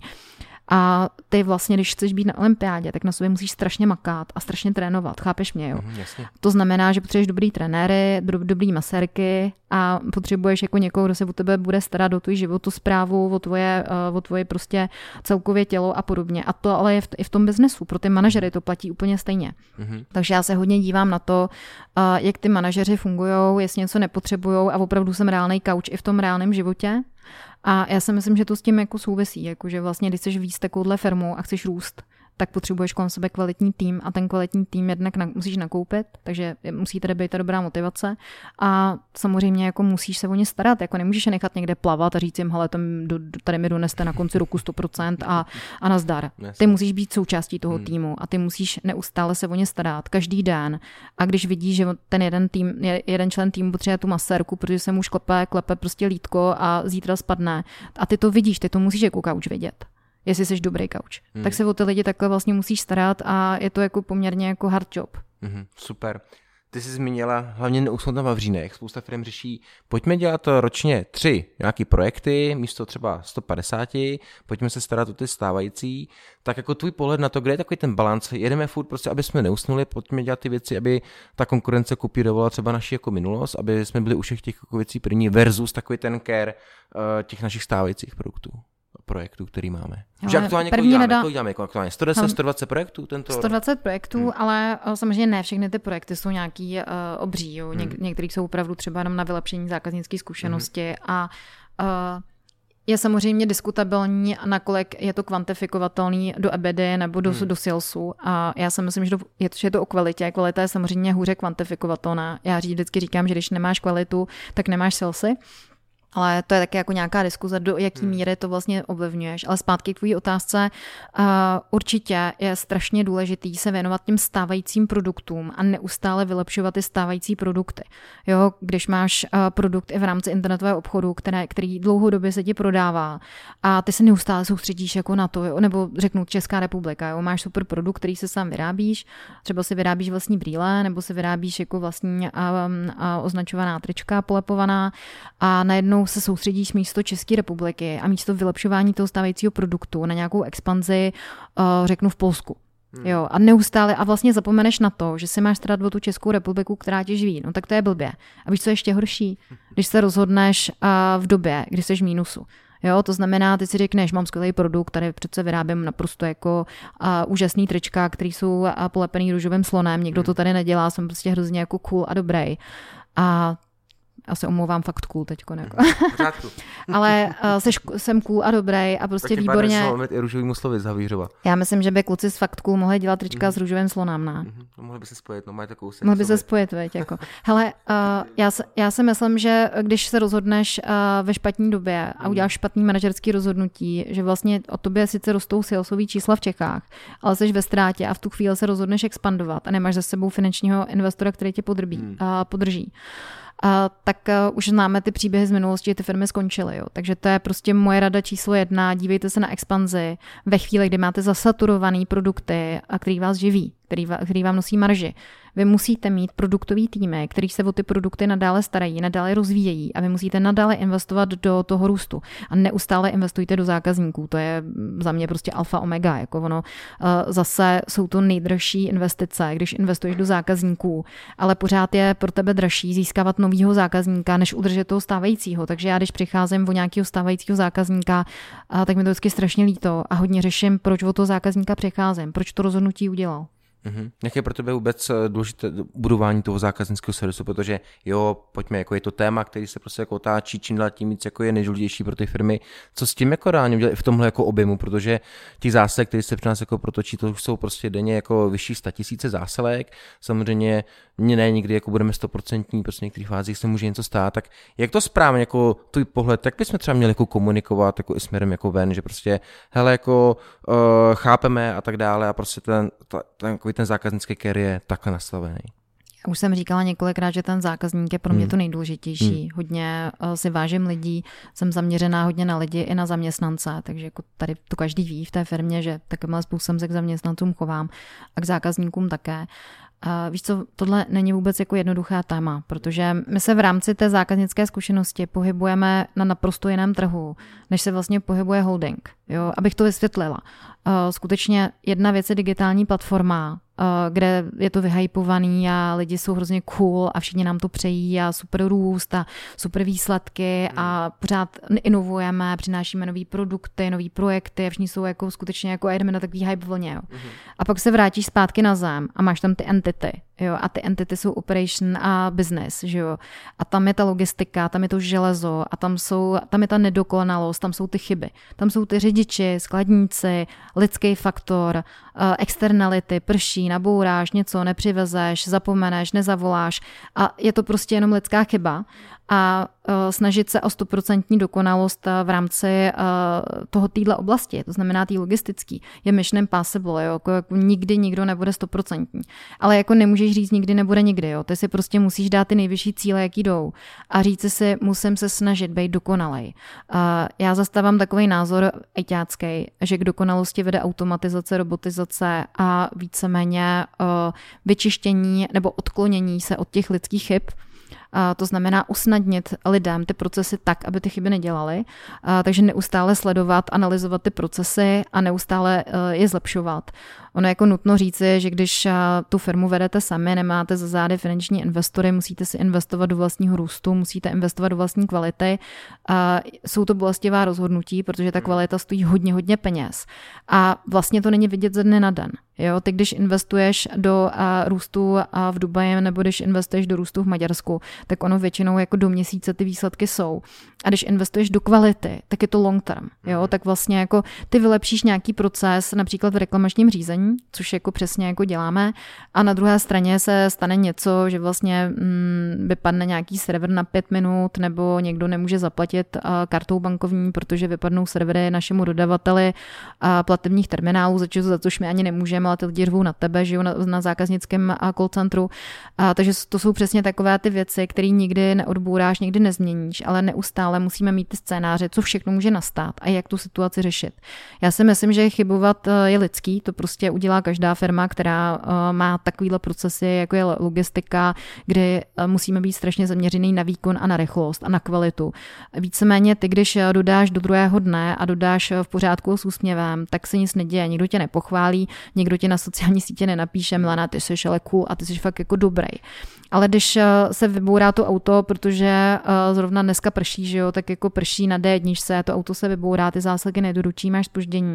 A ty vlastně, když chceš být na olympiádě, tak na sobě musíš strašně makat a strašně trénovat, chápeš mě, jo? Mm, jasně. To znamená, že potřebuješ dobrý trenéry, do, dobrý masérky a potřebuješ jako někoho, kdo se o tebe bude starat o tvůj životosprávu, o tvoje, o tvoje prostě celkově tělo a podobně. A to ale je v, i v tom biznesu, pro ty manažery to platí úplně stejně. Mm-hmm. Takže já se hodně dívám na to, jak ty manažeři fungujou, jestli něco nepotřebujou a opravdu jsem reálnej kauč i v tom reálném životě. A já si myslím, že to s tím jako souvisí, jako že vlastně, když chceš víc takovouhle firmu a chceš růst, tak potřebuješ kolem sebe kvalitní tým a ten kvalitní tým jednak na, musíš nakoupit, takže musí tady být ta dobrá motivace a samozřejmě jako musíš se o ně starat, jako nemůžeš je nechat někde plavat a říct jim, hele, tady mi doneste na konci roku sto procent a, a nazdar. Ty musíš být součástí toho hmm. týmu a ty musíš neustále se o ně starat, každý den a když vidíš, že ten jeden tým, jeden člen týmu potřebuje tu masérku, protože se mu klepe, klepe prostě lítko a zítra spadne a ty to vidíš, ty to musíš jako kauč vidět. Jestli jsi dobrý kauč. Hmm. Tak se o ty lidi takhle vlastně musíš starat a je to jako poměrně jako hard job. Hmm, super. Ty jsi zmínila hlavně neusnout na vavřínech. Spousta firm řeší, pojďme dělat ročně tři nějaký projekty, místo třeba sto padesát, pojďme se starat o ty stávající. Tak jako tvůj pohled na to, kde je takový ten balans, jedeme furt prostě, aby jsme neusnuli, pojďme dělat ty věci, aby ta konkurence kopírovala třeba naši jako minulost, aby jsme byli u všech těch jako věcí první versus takový ten care uh, těch našich stávajících produktů. Projektů, který máme. Že aktuálně kolik děláme, nedá... kolik děláme jako aktuálně? sto deset, sto dvacet projektů tento sto dvacet projektů, hmm. ale samozřejmě ne všechny ty projekty jsou nějaký uh, obří. Jo. Něk- hmm. Některý jsou opravdu třeba jenom na vylepšení zákaznické zkušenosti hmm. a uh, je samozřejmě diskutabilní, nakolik je to kvantifikovatelný do E B D nebo do, hmm. do salesu. A já si myslím, že, do, je, to, že je to o kvalitě. Kvalita je samozřejmě hůře kvantifikovatelná. Já vždycky říkám, že když nemáš kvalitu, tak nemáš salesy. Ale to je taky jako nějaká diskuze, do jaký míry to vlastně ovlivňuješ. Ale zpátky k tvojí otázce, uh, určitě je strašně důležitý se věnovat těm stávajícím produktům a neustále vylepšovat ty stávající produkty. Jo, když máš uh, produkt i v rámci internetového obchodu, které, který dlouhodobě se ti prodává a ty se neustále soustředíš jako na to, jo, nebo řeknu Česká republika, jo, máš super produkt, který se sám vyrábíš, třeba si vyrábíš vlastní brýle, nebo si vyrábíš jako vlastní uh, uh, označovaná trička polepovaná a najednou se soustředíš místo České republiky a místo vylepšování toho stávajícího produktu na nějakou expanzi, uh, řeknu v Polsku. Hmm. Jo, a neustále a vlastně zapomeneš na to, že si máš starat o tu Českou republiku, která tě živí. No tak to je blbě. A víš, co je ještě horší? Když se rozhodneš uh, v době, kdy jsi v mínusu. Jo, to znamená, ty si řekneš, mám skvělý produkt, tady přece vyrábím naprosto jako uh, úžasný trička, který jsou uh, polepený růžovým slonem, někdo hmm. to tady nedělá, jsem prostě hrozně jako cool a dobrý. A já se omlouvám, fakt cool teďko. Jako. Ale uh, seš, jsem cool a dobrý a prostě tak výborně. Tak i růžovýmu slovy z Havířova. Já myslím, že by kluci z fakt cool mohli dělat trička mm. s růžovým slonem, ne? Mm-hmm. No, mohli by se spojit, no mají takovou Mohli by se spojit, veď, jako. Hele, uh, já, se, já si myslím, že když se rozhodneš uh, ve špatné době a uděláš špatný manažerský rozhodnutí, že vlastně o tobě sice rostou salesový čísla v Čechách, ale jsi ve ztrátě a v tu chvíli se rozhodneš expandovat a nemáš za sebou finančního investora, který tě podrbí, mm. uh, podrží. Uh, tak uh, už známe ty příběhy z minulosti, že ty firmy skončily. Jo. Takže to je prostě moje rada číslo jedna. Dívejte se na expanzi ve chvíli, kdy máte zasaturované produkty, a který vás živí, který, který vám nosí marži. Vy musíte mít produktový týmy, který se o ty produkty nadále starají, nadále rozvíjejí a vy musíte nadále investovat do toho růstu. A neustále investujte do zákazníků. To je za mě prostě alfa omega. Jako ono, zase jsou to nejdražší investice, když investuješ do zákazníků, ale pořád je pro tebe dražší získávat novýho zákazníka, než udržet toho stávajícího. Takže já, když přicházím o nějakého stávajícího zákazníka, tak mi to vždycky strašně líto a hodně řeším, proč o toho zákazníka přicházím, proč to rozhodnutí udělal. Mm-hmm. Jak je pro tebe vůbec důležité budování toho zákaznického servisu, protože jo, pojďme, jako je to téma, který se prostě jako otáčí, čím dál tím víc jako je nejdůležitější pro ty firmy. Co s tím jako reálně udělat v tomhle jako objemu, protože těch zásilek, které se při nás jako protočí, to už jsou prostě denně jako vyšší statisíce zásilek. Samozřejmě ne nikdy jako budeme stoprocentní, prostě v některých fázích se může něco stát. Tak jak to správně jako tvůj pohled, jak bychom třeba měli jako komunikovat jako i směrem jako ven, že prostě hele jako uh, chápeme a tak dále a prostě ten, ta, ten ten zákaznický care je takhle nastavený. Už jsem říkala několikrát, že ten zákazník je pro mě to nejdůležitější. Hmm. Hodně uh, si vážím lidí, jsem zaměřená hodně na lidi i na zaměstnance, takže jako tady to každý ví v té firmě, že takovýmhle způsobem se k zaměstnancům chovám a k zákazníkům také. Uh, víš co, tohle není vůbec jako jednoduchá téma, protože my se v rámci té zákaznické zkušenosti pohybujeme na naprosto jiném trhu, než se vlastně pohybuje holding. Jo? Abych to vysvětlila. Uh, skutečně jedna věc je digitální platforma, uh, kde je to vyhypovaný a lidi jsou hrozně cool a všichni nám to přejí a super růst a super výsledky a pořád inovujeme, přinášíme nový produkty, nový projekty a všichni jsou jako skutečně jako jdeme na takový hype vlně. Jo? Mm-hmm. A pak se vrátíš zpátky na zem a máš tam ty entity. Jo, a ty entity jsou operation a business, že jo. A tam je ta logistika, tam je to železo a tam, jsou, tam je ta nedokonalost, tam jsou ty chyby. Tam jsou ty řidiči, skladníci, lidský faktor, externality, prší, nabouráš, něco nepřivezeš, zapomeneš, nezavoláš a je to prostě jenom lidská chyba. A uh, snažit se o stoprocentní dokonalost v rámci uh, toho týdle oblasti, to znamená tý logistický, je mission impossible, jo, jako, jako nikdy nikdo nebude stoprocentní. Ale jako nemůžeš říct nikdy nebude nikdy, jo, ty si prostě musíš dát ty nejvyšší cíle, jaký jdou a říct si, musím se snažit být dokonalej. Uh, já zastávám takový názor ajťácký, že k dokonalosti vede automatizace, robotizace a víceméně uh, vyčištění nebo odklonění se od těch lidských chyb. A to znamená usnadnit lidem ty procesy tak, aby ty chyby nedělali. A takže neustále sledovat, analyzovat ty procesy a neustále je zlepšovat. Ono je jako nutno říci, že když tu firmu vedete sami, nemáte za zády finanční investory, musíte si investovat do vlastního růstu, musíte investovat do vlastní kvality. A jsou to bolestivá rozhodnutí, protože ta kvalita stojí hodně, hodně peněz. A vlastně to není vidět ze dne na den. Jo, ty když investuješ do a, růstu a v Dubaji nebo když investuješ do růstu v Maďarsku, tak ono většinou jako do měsíce ty výsledky jsou. A když investuješ do kvality, tak je to long term. Jo, tak vlastně jako ty vylepšíš nějaký proces, například v reklamačním řízení, což jako přesně jako děláme, a na druhé straně se stane něco, že vlastně mm, vypadne nějaký server na pět minut nebo někdo nemůže zaplatit uh, kartou bankovní, protože vypadnou servery našemu dodavateli uh, platebních terminálů, za, čo, za což my ani nemůžeme, ale ty lidi řvou na tebe, že jo, na, na zákaznickém uh, call centru. Uh, takže to jsou přesně takové ty věci, které nikdy neodbouráš, nikdy nezměníš, ale neustále musíme mít ty scénáře, co všechno může nastat a jak tu situaci řešit. Já si myslím, že chybovat uh, je lidský, to prostě udělá každá firma, která uh, má takovýhle procesy, jako je logistika, kdy uh, musíme být strašně zaměřený na výkon a na rychlost a na kvalitu. Víceméně ty, když dodáš do druhého dne a dodáš v pořádku s úsměvem, tak se nic neděje, nikdo tě nepochválí, nikdo tě na sociální sítě nenapíše, Milana, ty jsi ale cool a ty jsi fakt jako dobrý. Ale když se vybourá to auto, protože zrovna dneska prší, že jo, tak jako prší na dé jedna se, to auto se vybourá, ty zásilky nedoručí, máš zpoždění.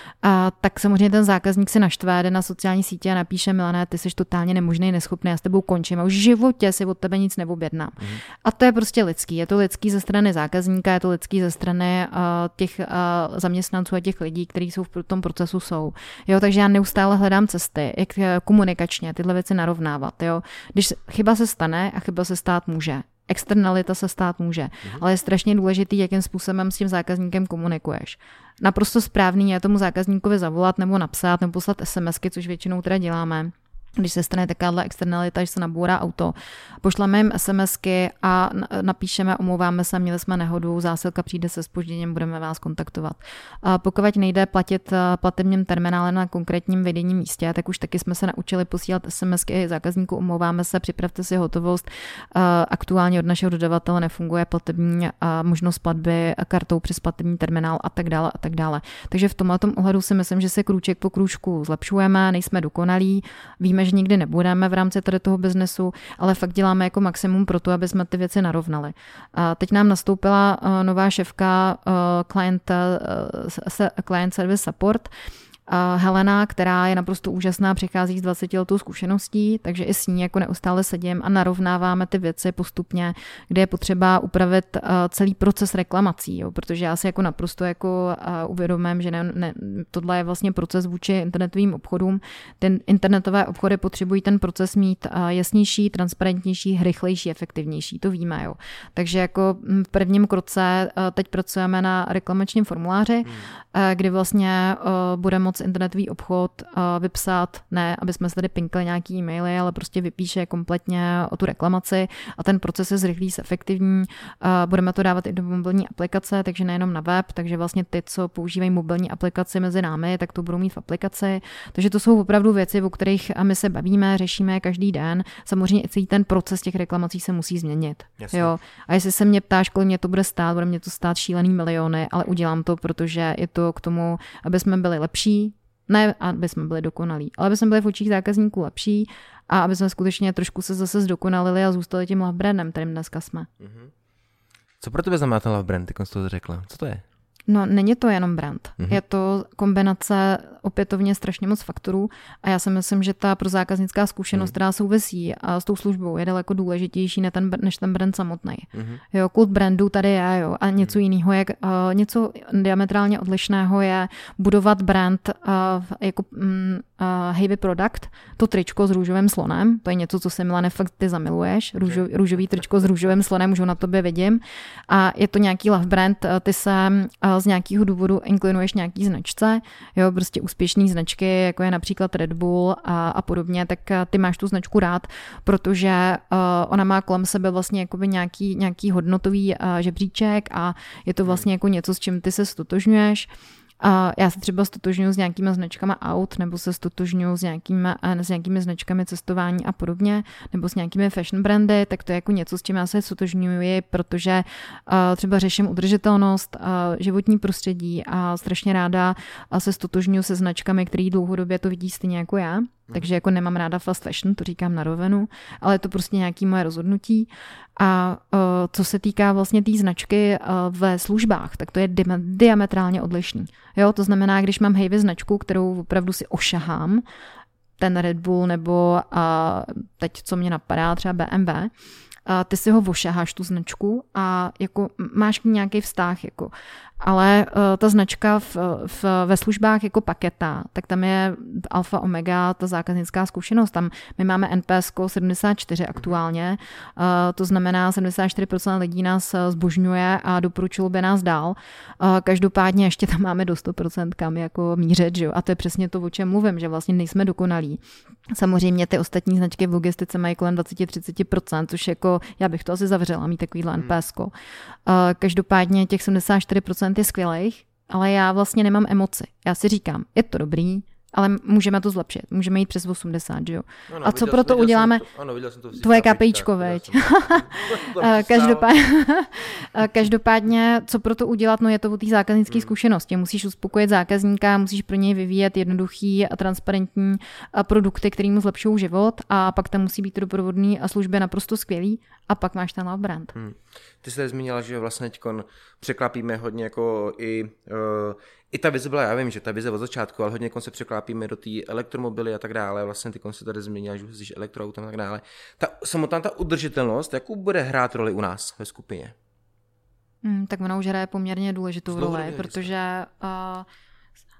A tak samozřejmě ten zákazník si naštve, jde na sociální sítě a napíše, Milana, ty jsi totálně nemožný, neschopný, já s tebou končím a už v životě si od tebe nic neobjednám. Mm. A to je prostě lidský. Je to lidský ze strany zákazníka, je to lidský ze strany uh, těch uh, zaměstnanců a těch lidí, kteří jsou v tom procesu jsou. Jo, takže já neustále hledám cesty, jak komunikačně tyhle věci narovnávat. Jo. Když chyba se stane a chyba se stát může. Externalita se stát může, mm. ale je strašně důležitý, jakým způsobem s tím zákazníkem komunikuješ. Naprosto správný je tomu zákazníkovi zavolat nebo napsat nebo poslat SMSky, což většinou teda děláme. když se stane takováhle externalita, že se nabourá auto, pošleme jim SMSky a napíšeme, omlouváme se, měli jsme nehodu, zásilka přijde se zpožděním, budeme vás kontaktovat. A pokud nejde platit platebním terminálem na konkrétním vedení místě, tak už taky jsme se naučili posílat SMSky zákazníku, omlouváme se, připravte si hotovost. Aktuálně od našeho dodavatele nefunguje platební možnost platby kartou přes platební terminál a tak dále a tak dále. Takže v tomhletom ohledu si myslím, že se krůček po krůčku zlepšujeme, nejsme dokonalí, víme, že nikdy nebudeme v rámci tady toho biznesu, ale fakt děláme jako maximum pro to, aby jsme ty věci narovnali. A teď nám nastoupila nová šéfka client, client service support, Helena, která je naprosto úžasná, přichází s dvacetiletou zkušeností, takže i s ní jako neustále sedím a narovnáváme ty věci postupně, kde je potřeba upravit celý proces reklamací, jo, protože já si jako naprosto jako uvědomím, že ne, ne, tohle je vlastně proces vůči internetovým obchodům. Ten internetové obchody potřebují ten proces mít jasnější, transparentnější, rychlejší, efektivnější, to víme, jo. Takže jako v prvním kroce teď pracujeme na reklamačním formuláři, hmm. kdy vlastně bude moc internetový obchod vypsat, ne, aby jsme se tady pinkli nějaký e-maily, ale prostě vypíše kompletně o tu reklamaci a ten proces je zrychlý, efektivní. Budeme to dávat i do mobilní aplikace, takže nejenom na web, takže vlastně ty, co používají mobilní aplikaci mezi námi, tak to budou mít v aplikaci. Takže to jsou opravdu věci, o kterých my se bavíme, řešíme každý den. Samozřejmě i celý ten proces těch reklamací se musí změnit. Jo. A jestli se mě ptáš, kolik mě to bude stát, bude mě to stát šílený miliony, ale udělám to, protože je to k tomu, aby jsme byli lepší, ne, aby jsme byli dokonalí, ale aby jsme byli v očích zákazníků lepší a aby jsme skutečně trošku se zase zdokonalili a zůstali tím love brandem, kterým dneska jsme. Mm-hmm. Co pro tebe znamená ten love brand, jak jsi to řekla? Co to je? No, není to jenom brand. Mm-hmm. Je to kombinace opětovně strašně moc faktorů a já si myslím, že ta prozákaznická zkušenost, mm-hmm. která souvisí a s tou službou, je daleko důležitější než ten, než ten brand samotný. Mm-hmm. Jo, kult brandu tady je, jo, a něco mm-hmm. jiného je, uh, něco diametrálně odlišného je budovat brand uh, jako um, uh, heavy product, to tričko s růžovým slonem, to je něco, co se, Milane, fakt ty zamiluješ, Růžo, růžový tričko s růžovým slonem, už ho na tobě vidím a je to nějaký love brand, ty se uh, z nějakého důvodu inklinuješ nějaký značce, jo, prostě úspěšný značky, jako je například Red Bull a, a podobně, tak ty máš tu značku rád, protože uh, ona má kolem sebe vlastně jakoby nějaký, nějaký hodnotový uh, žebříček a je to vlastně jako něco, s čím ty se stotožňuješ. A já se třeba stotožňuji s nějakými značkami aut, nebo se stotožňuji s nějakými, s nějakými značkami cestování a podobně, nebo s nějakými fashion brandy, tak to je jako něco, s čím já se stotožňuji, protože uh, třeba řeším udržitelnost, uh, životní prostředí a strašně ráda se stotožňuji se značkami, které dlouhodobě to vidí stejně jako já. Takže jako nemám ráda fast fashion, to říkám na rovinu, ale je to prostě nějaké moje rozhodnutí. A uh, co se týká vlastně té tý značky uh, ve službách, tak to je di- diametrálně odlišný. Jo, to znamená, když mám Heavy značku, kterou opravdu si ošahám, ten Red Bull nebo uh, teď, co mě napadá, třeba B M W, uh, ty si ho ošaháš, tu značku, a jako máš k ní nějaký vztah, jako. Ale uh, ta značka v, v, ve službách jako Paketa, tak tam je alfa omega ta zákaznická zkušenost. Tam my máme N P S sedmdesát čtyři aktuálně, uh, to znamená sedmdesát čtyři procent lidí nás zbožňuje a doporučilo by nás dál. Uh, každopádně ještě tam máme do sto procent kam jako mířit, že jo? A to je přesně to, o čem mluvím, že vlastně nejsme dokonalí. Samozřejmě ty ostatní značky v logistice mají kolem dvacet až třicet procent, což jako já bych to asi zavřela, mít takovýhle N P S ko. Uh, každopádně těch sedmdesát čtyři procent je skvělých, ale já vlastně nemám emoci. Já si říkám, je to dobrý, ale můžeme to zlepšit. Můžeme jít přes osmdesát, že jo? Ano, a co pro to uděláme? To, ano, viděl jsem to tvoje KPIčko, veď. Každopádně, každopádně, co pro to udělat, no je to o té zákaznické hmm. zkušenosti. Musíš uspokojit zákazníka, musíš pro něj vyvíjet jednoduchý a transparentní produkty, které mu zlepšují život, a pak tam musí být doprovodný a služby naprosto skvělý, a pak máš ten love brand. Hmm. Ty jsi zmínila, že vlastně teďkon překlápíme hodně jako i, uh, i ta vize byla, já vím, že ta vize od začátku, ale hodně se překlápíme do té elektromobily a tak dále, vlastně ty se tady zmínila, že jsi elektroautem a tak dále. Ta samotná ta udržitelnost, jakou bude hrát roli u nás ve skupině? Hmm, tak ona už hraje poměrně důležitou roli, protože uh,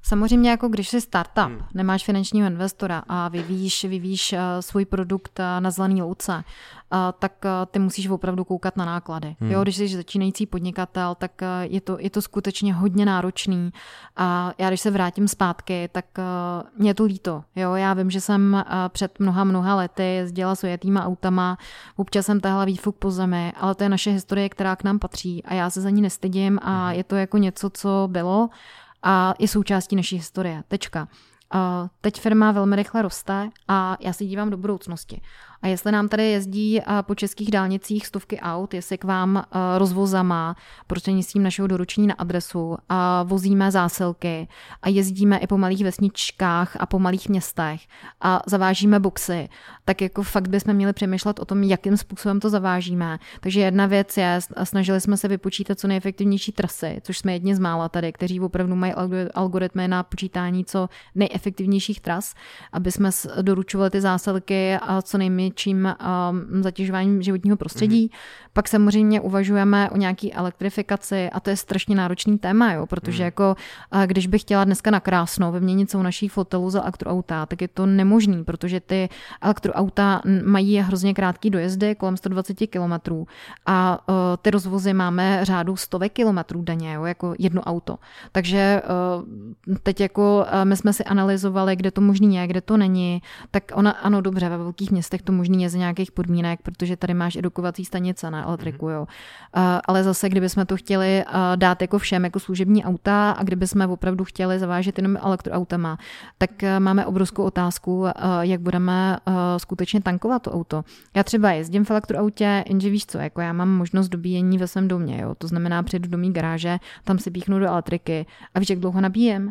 Samozřejmě jako když jsi startup, hmm. nemáš finančního investora a vyvíjíš, vyvíjíš uh, svůj produkt uh, na zelený louce, uh, tak uh, ty musíš opravdu koukat na náklady. Hmm. Jo, když jsi začínající podnikatel, tak uh, je, to, je to skutečně hodně náročný. A já když se vrátím zpátky, tak uh, mě je to líto. Jo, já vím, že jsem uh, před mnoha, mnoha lety jezdila s ojetýma autama, občas jsem tahla výfuk po zemi, ale to je naše historie, která k nám patří a já se za ní nestydím a je to jako něco, co bylo a je součástí naší historie. Tečka. Uh, teď firma velmi rychle roste a já se dívám do budoucnosti. A jestli nám tady jezdí uh, po českých dálnicích stovky aut, jestli k vám uh, rozvozama prostřednictvím našeho doručení na adresu a vozíme zásilky a jezdíme i po malých vesničkách a po malých městech a zavážíme boxy, tak jako fakt bychom měli přemýšlet o tom, jakým způsobem to zavážíme. Takže jedna věc je, snažili jsme se vypočítat co nejefektivnější trasy, což jsme jedni z mála tady, kteří opravdu mají algoritmy na počítání co nejefektivnějších tras, aby jsme doručovali ty zásilky a co nejméně čím um, zatěžováním životního prostředí. Mm. Pak samozřejmě uvažujeme o nějaký elektrifikaci a to je strašně náročný téma, jo, protože mm. jako když bych chtěla dneska na krásno vyměnit celou naší flotilu za elektroauta, tak je to nemožný, protože ty elektroauta mají hrozně krátký dojezdy, kolem sto dvacet kilometrů a uh, ty rozvozy máme řádu stovek kilometrů denně, jo, jako jedno auto. Takže uh, teď jako uh, my jsme si analyzovali, kde to možný je, kde to není, tak ona, ano, dobře, ve velkých městech to možný je za nějakých podmínek, protože tady máš edukovací stanice na elektriku, jo. Uh, ale zase, kdybychom to chtěli uh, dát jako všem, jako služební auta a kdybychom opravdu chtěli zavážet jenom elektroautama, tak uh, máme obrovskou otázku, uh, jak budeme uh, skutečně tankovat to auto. Já třeba jezdím v elektroautě, jenže víš co, jako já mám možnost dobíjení ve svém domě, jo. To znamená, přijdu do mý garáže, tam si píchnu do elektriky a víš, jak dlouho nabíjem?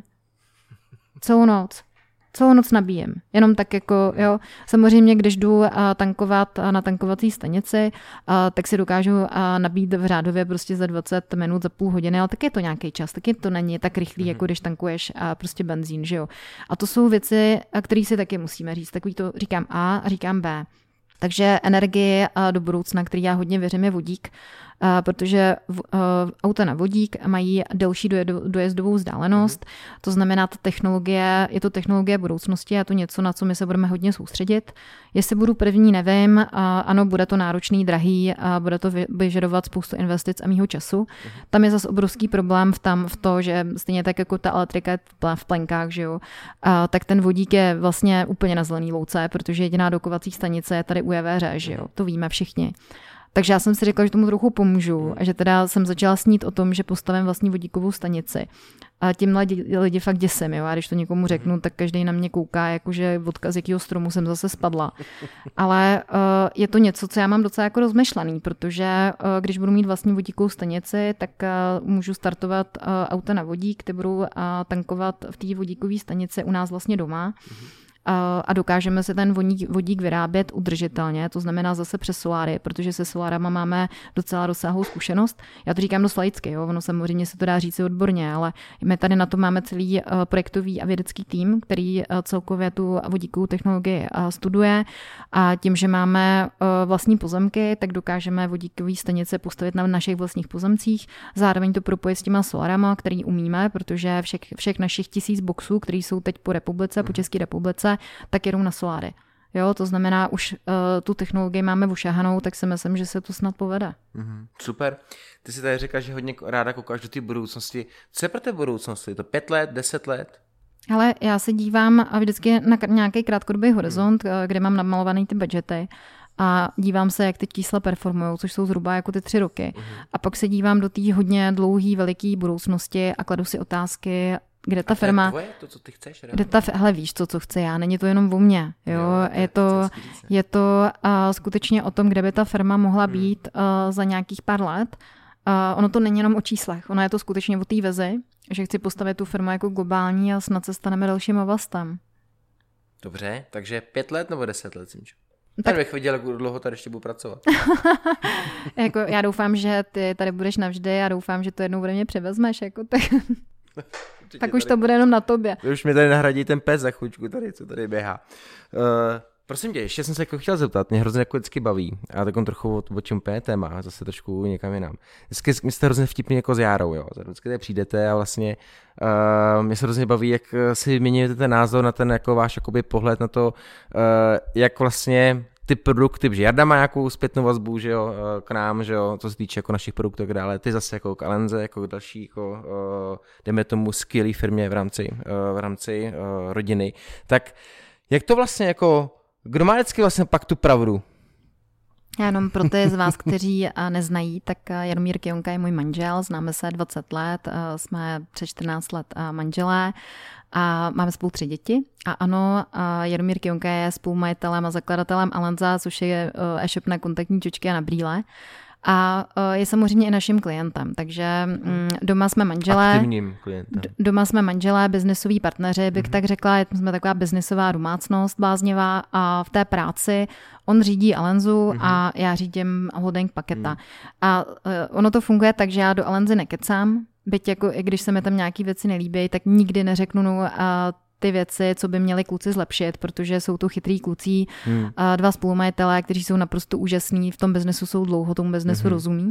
Celou noc. Celou noc nabíjem. Jenom tak jako, jo, samozřejmě, když jdu uh, tankovat uh, na tankovací stanici, uh, tak si dokážu uh, nabít v řádově prostě za dvacet minut, za půl hodiny, ale tak je to nějaký čas, taky to není tak rychlý, mm-hmm. jako když tankuješ uh, prostě benzín, že jo. A to jsou věci, které si taky musíme říct. Takový to říkám A a říkám B. Takže energie do budoucna, který já hodně věřím, je vodík, protože auta na vodík mají delší dojezdovou vzdálenost, to znamená, ta technologie, je to technologie budoucnosti a to něco, na co my se budeme hodně soustředit. Jestli budu první, nevím, ano, bude to náročný, drahý, bude to vyžadovat spoustu investic a mýho času. Tam je zase obrovský problém v, tam, v to, že stejně tak jako ta elektrika je v plenkách, že jo, tak ten vodík je vlastně úplně na zelený louce, protože jediná dokovací stanice je tady u Javéře, že jo, to víme všichni. Takže já jsem si řekla, že tomu trochu pomůžu a že teda jsem začala snít o tom, že postavím vlastní vodíkovou stanici. A tímhle lidi, lidi fakt děsím, jo. A když to někomu řeknu, tak každý na mě kouká, jakože vodka z jakého stromu jsem zase spadla. Ale uh, je to něco, co já mám docela jako rozmyšlený, protože uh, když budu mít vlastní vodíkovou stanici, tak uh, můžu startovat uh, auta na vodík, ty budou uh, tankovat v té vodíkové stanici u nás vlastně doma. A dokážeme se ten vodík, vodík vyrábět udržitelně, to znamená zase přes soláry, protože se solárama máme docela rozsáhlou zkušenost. Já to říkám dost laicky, jo, ono samozřejmě se to dá říct odborně, ale my tady na to máme celý projektový a vědecký tým, který celkově tu vodíkovou technologii studuje a tím, že máme vlastní pozemky, tak dokážeme vodíkové stanice postavit na našich vlastních pozemcích, zároveň to propojit s těma solarama, který umíme, protože všech, všech našich tisíc boxů, které jsou teď po republice, po České republice, tak jedou na soláry. Jo, to znamená, už uh, tu technologii máme ušahanou, tak si myslím, že se to snad povede. Mm-hmm. Super. Ty si tady říkáš, že hodně ráda koukáš do té budoucnosti. Co je pro té budoucnosti? Je to pět let, deset let? Ale já se dívám vždycky na nějaký krátkodobý horizont, mm. kde mám namalovaný ty budgety a dívám se, jak ty čísla performují, což jsou zhruba jako ty tři roky. Mm. A pak se dívám do té hodně dlouhý, veliký budoucnosti a kladu si otázky, kde ta firma, to je tvoje, to, co ty chceš, kde ta, hele, víš to, co chce já, není to jenom o mně, jo, jo je to, je to uh, skutečně o tom, kde by ta firma mohla být uh, za nějakých pár let. Uh, ono to není jenom o číslech, ono je to skutečně o té vizi, že chci postavit tu firmu jako globální a snad se staneme dalším vlastem. Dobře, takže pět let nebo deset let, Simčo? Tak bych viděl, jak dlouho tady ještě budu pracovat. Jako, já doufám, že ty tady budeš navždy a doufám, že to jednou ode mě převezmeš, jako tak... tak už tady... to bude jenom na tobě. Už mi tady nahradí ten pes za chůčku, tady, co tady běhá. Uh, prosím tě, ještě jsem se jako chtěl zeptat, mě hrozně jako vždycky baví, a tak on trochu o čem úplně téma, zase trošku někam jinam. Vždycky mi jste hrozně vtipný jako s Járou, jo, vždycky tady přijdete a vlastně uh, mě se hrozně baví, jak si vyměňujete ten názor na ten jako váš jakoby pohled na to, uh, jak vlastně ty produkty, že Jarda má nějakou zpětnou vazbu, že jo, k nám, že jo, co se týče jako našich produktů a tak dále, ty zase jako k Alenze, jako k další, jako, uh, jdeme tomu skvělý firmě v rámci, uh, v rámci uh, rodiny, tak jak to vlastně jako, kdo má vždycky vlastně pak tu pravdu? Já jenom pro ty z vás, kteří neznají, tak Jaromír Kionka je můj manžel, známe se dvacet let, jsme přes čtrnáct let manželé a máme spolu tři děti. A ano, Jaromír Kionka je spolumajitelem a zakladatelem Alenza, což je e-shop na kontaktní čočky a na brýle. A je samozřejmě i naším klientem, takže doma jsme manželé. Aktivním klientem. Doma jsme manželé, biznesoví partneři, bych mm-hmm. tak řekla, jsme taková biznesová domácnost bláznivá a v té práci on řídí Alenzu mm-hmm. a já řídím holding Paketa. Mm. A ono to funguje tak, že já do Alenzy nekecám, byť jako i když se mi tam nějaký věci nelíbí, tak nikdy neřeknu no, a ty věci, co by měli kluci zlepšit, protože jsou to chytrý kluci, hmm. dva spolumajitelé, kteří jsou naprosto úžasní, v tom biznesu jsou dlouho, tomu biznesu hmm. rozumí.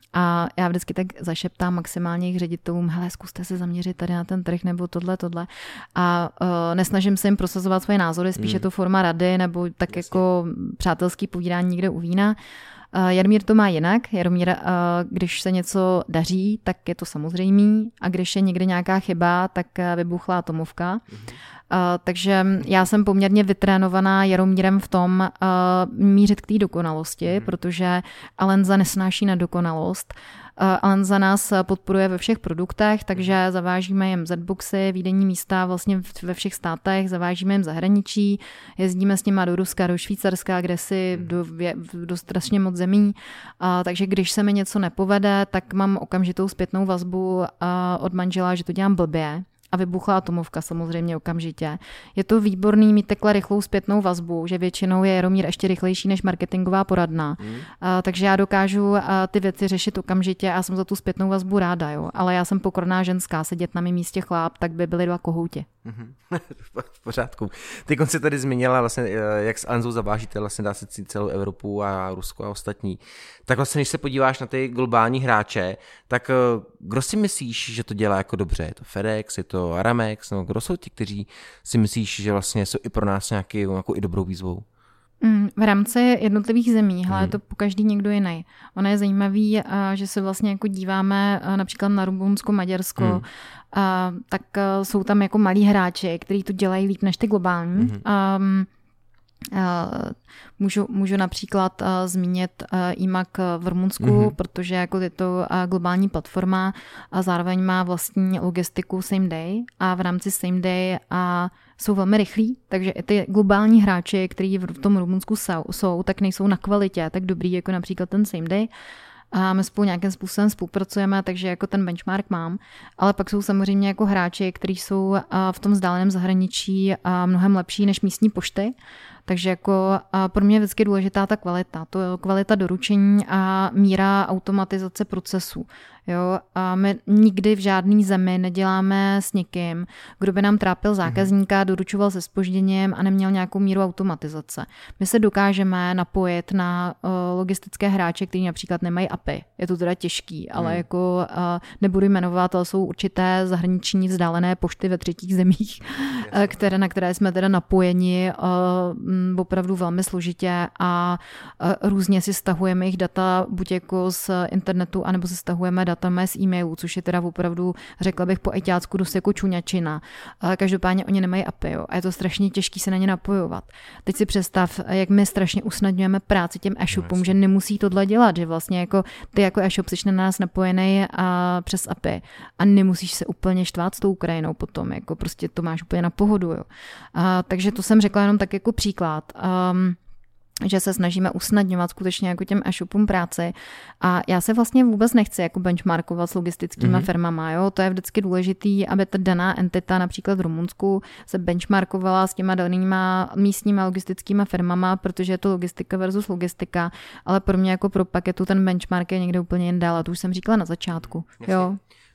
A já vždycky tak zašeptám maximálně jich ředitelům, hele, zkuste se zaměřit tady na ten trh, nebo tohle, tohle. A uh, nesnažím se jim prosazovat svoje názory, spíš hmm. je to forma rady, nebo tak Jasně. jako přátelský povídání někde u vína. Uh, Jaromír to má jinak. Jaromír, uh, když se něco daří, tak je to samozřejmý a když je někde nějaká chyba, tak uh, vybuchlá atomovka. Mm-hmm. Uh, takže já jsem poměrně vytrénovaná Jaromírem v tom uh, mířit k té dokonalosti, mm-hmm. protože Alenza nesnáší nedokonalost. Uh, Alenza nás podporuje ve všech produktech, takže zavážíme jim Z-boxy, výdenní místa vlastně ve všech státech, zavážíme jim zahraničí, jezdíme s nima do Ruska, do Švýcarska, kde si do, do strašně moc zemí. Uh, takže když se mi něco nepovede, tak mám okamžitou zpětnou vazbu uh, od manžela, že to dělám blbě. A vybuchla atomovka samozřejmě okamžitě. Je to výborný mít takhle rychlou zpětnou vazbu, že většinou je Jaromír ještě rychlejší než marketingová poradna. Mm. Uh, takže já dokážu uh, ty věci řešit okamžitě a jsem za tu zpětnou vazbu ráda. Jo. Ale já jsem pokorná ženská, sedět na mém místě chlap, tak by byly dva kohouti. Mm-hmm. V pořádku. Ty konci tady zmínila, vlastně, jak s Alenzou zavážíte vlastně dá se celou Evropu a Rusko a ostatní. Tak vlastně, když se podíváš na ty globální hráče, tak kdo si myslíš, že to dělá jako dobře? Je to FedEx, je to Aramex, no kdo jsou ti, kteří si myslíš, že vlastně jsou i pro nás nějaký, jako i dobrou výzvou? Mm, v rámci jednotlivých zemí, ale hmm. je to po každý někdo jiný. Ono je zajímavý, že se vlastně jako díváme například na Rumunsko, Maďarsko, hmm. a, tak jsou tam jako malí hráči, kteří to dělají líp než ty globální. Hmm. Um, Uh, můžu, můžu například uh, zmínit uh, í mak v Rumunsku, mm-hmm. protože jako je to uh, globální platforma a zároveň má vlastní logistiku same day a v rámci same day uh, jsou velmi rychlí, takže i ty globální hráči, kteří v tom Rumunsku jsou, jsou, tak nejsou na kvalitě tak dobrý jako například ten same day. A my spolu nějakým způsobem spolupracujeme, takže jako ten benchmark mám, ale pak jsou samozřejmě jako hráči, kteří jsou v tom vzdáleném zahraničí mnohem lepší než místní pošty, takže jako pro mě je vždycky důležitá ta kvalita, to je kvalita doručení a míra automatizace procesu. Jo, a my nikdy v žádný zemi neděláme s někým, kdo by nám trápil zákazníka, doručoval se zpožděním a neměl nějakou míru automatizace. My se dokážeme napojit na uh, logistické hráče, kteří například nemají á pé í. Je to teda těžký, ale hmm. jako uh, nebudu jmenovat, ale jsou určité zahraniční vzdálené pošty ve třetích zemích, uh, které, na které jsme teda napojeni uh, opravdu velmi složitě a uh, různě si stahujeme jejich data, buď jako z internetu, anebo si stahujeme data data z e-mailů, což je teda opravdu, řekla bych po ajťácku dost jako čuňačina. Každopádně oni nemají á pé í, jo, a je to strašně těžký se na ně napojovat. Teď si představ, jak my strašně usnadňujeme práci těm e-shopům, no, že nemusí tohle dělat, že vlastně jako ty jako e-shop jsi na nás napojený a přes á pé í a nemusíš se úplně štvát s tou Ukrajinou potom, jako prostě to máš úplně na pohodu. Jo. A, takže to jsem řekla jenom tak jako příklad. Um, že se snažíme usnadňovat skutečně jako těm e-shopům práci a já se vlastně vůbec nechci jako benchmarkovat s logistickými mm-hmm. firmama, jo, to je vždycky důležitý, aby ta daná entita například v Rumunsku se benchmarkovala s těma danýma místníma logistickými firmama, protože je to logistika versus logistika, ale pro mě jako pro Paketu ten benchmark je někde úplně jinde, ale to už jsem říkala na začátku, Jasně. jo.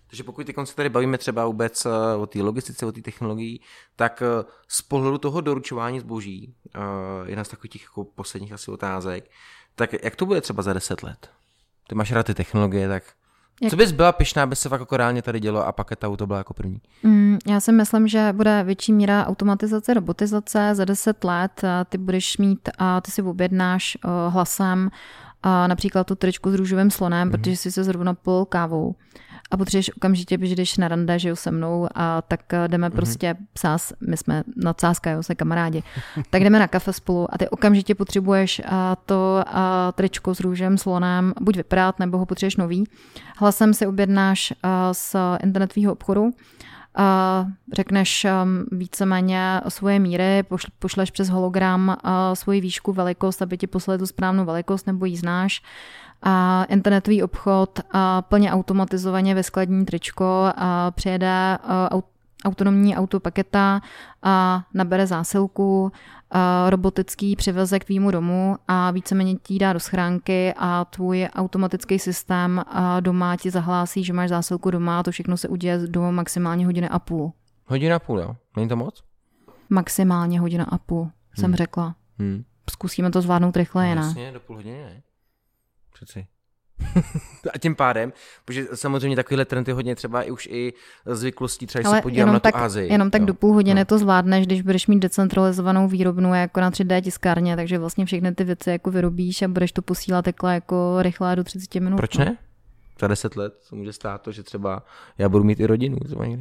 Takže pokud teď se tady bavíme třeba vůbec o té logistice, o té technologii, tak z pohledu toho doručování zboží, jedna z takových těch jako posledních asi otázek, tak jak to bude třeba za deset let? Ty máš rád ty technologie, tak jak... co bys byla pyšná, aby se fakt jako reálně tady dělo a pak ta auto byla jako první? Mm, já si myslím, že bude větší míra automatizace, robotizace. Za deset let ty budeš mít a ty si objednáš uh, hlasem uh, například tu tričku s růžovým slonem, mm-hmm. protože jsi se zrovna pil kávou. A potřebuješ okamžitě, když jdeš na rande, že jo, se mnou, a tak jdeme mm-hmm. prostě psás, my jsme nadsázka, jo, jsme kamarádi, tak jdeme na kafe spolu a ty okamžitě potřebuješ a to a tričko s růžem slonem buď vyprát, nebo ho potřebuješ nový. Hlasem si objednáš z internetového obchodu, a řekneš víceméně svoje míry, pošleš přes hologram svoji výšku, velikost, aby ti poslali tu správnou velikost, nebo ji znáš. A internetový obchod a plně automatizovaně ve skladní tričko a přijede autonomní autopaketa a nabere zásilku, a robotický přiveze k tvýmu domu a víceméně ti dá do schránky a tvůj automatický systém doma ti zahlásí, že máš zásilku doma a to všechno se uděje do maximálně hodiny a půl. Hodina a půl, jo? Není to moc? Maximálně hodina a půl, hmm. jsem řekla. Hmm. Zkusíme to zvládnout rychleji, ne? Jasně, do půl hodiny, ne? Přeci. A tím pádem, protože samozřejmě takovýhle trend je hodně třeba i už i zvyklostí, třeba se podívám na tu tak, Asii. Jenom tak jo. do půl hodiny no. to zvládneš, když budeš mít decentralizovanou výrobnu jako na tři dé tiskárně, takže vlastně všechny ty věci jako vyrobíš a budeš to posílat takhle jako rychle do třicet minut. Proč ne? Za deset let se může stát to, že třeba já budu mít i rodinu. Třeba někdy.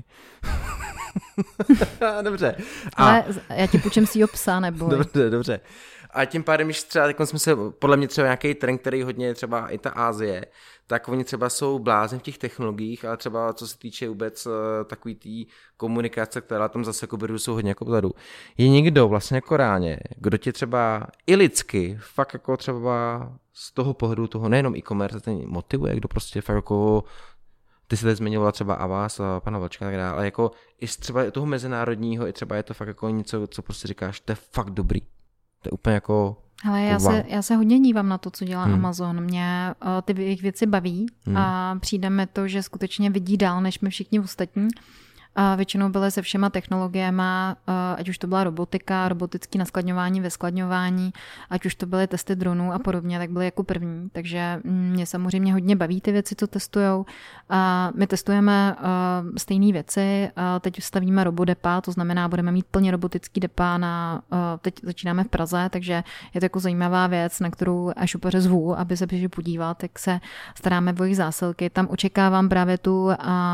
Dobře. A... Ale já ti půjčím svýho psa, nebo... Dobře, dobře. A tím pádem, když třeba, tak jsme se, podle mě třeba nějaký trend, který hodně třeba i ta Asie, tak oni třeba jsou blázni v těch technologiích, ale třeba co se týče vůbec takový tý komunikace, která tam zase jako jsou hodně jako vzadu. Je někdo vlastně jako reálně, kdo tě třeba i lidsky, fakt jako třeba z toho pohledu toho nejenom e-commerce, ten motivuje, kdo prostě fakt jako, ty jsi tady zmiňovala třeba Avas a pana Vlčka a tak dále, ale jako i z třeba toho mezinárodního, i třeba je to fakt jako něco, co prostě říkáš, to je fakt dobrý. To je úplně jako... Ale já, wow. se, já se hodně dívám na to, co dělá hmm. Amazon. Mě uh, ty jejich věci baví hmm. a přijde mi to, že skutečně vidí dál, než my všichni ostatní. A většinou byly se všema technologiemi, ať už to byla robotika, robotické naskladňování, vyskladňování, ať už to byly testy dronů a podobně, tak byly jako první. Takže mě samozřejmě hodně baví ty věci, co testujou. A my testujeme stejné věci. Teď stavíme robodepa, to znamená, budeme mít plně robotický depa na, teď začínáme v Praze, takže je to jako zajímavá věc, na kterou až úplně zvu, aby se přišli podívat, tak se staráme o jejich zásilky. Tam očekávám právě tu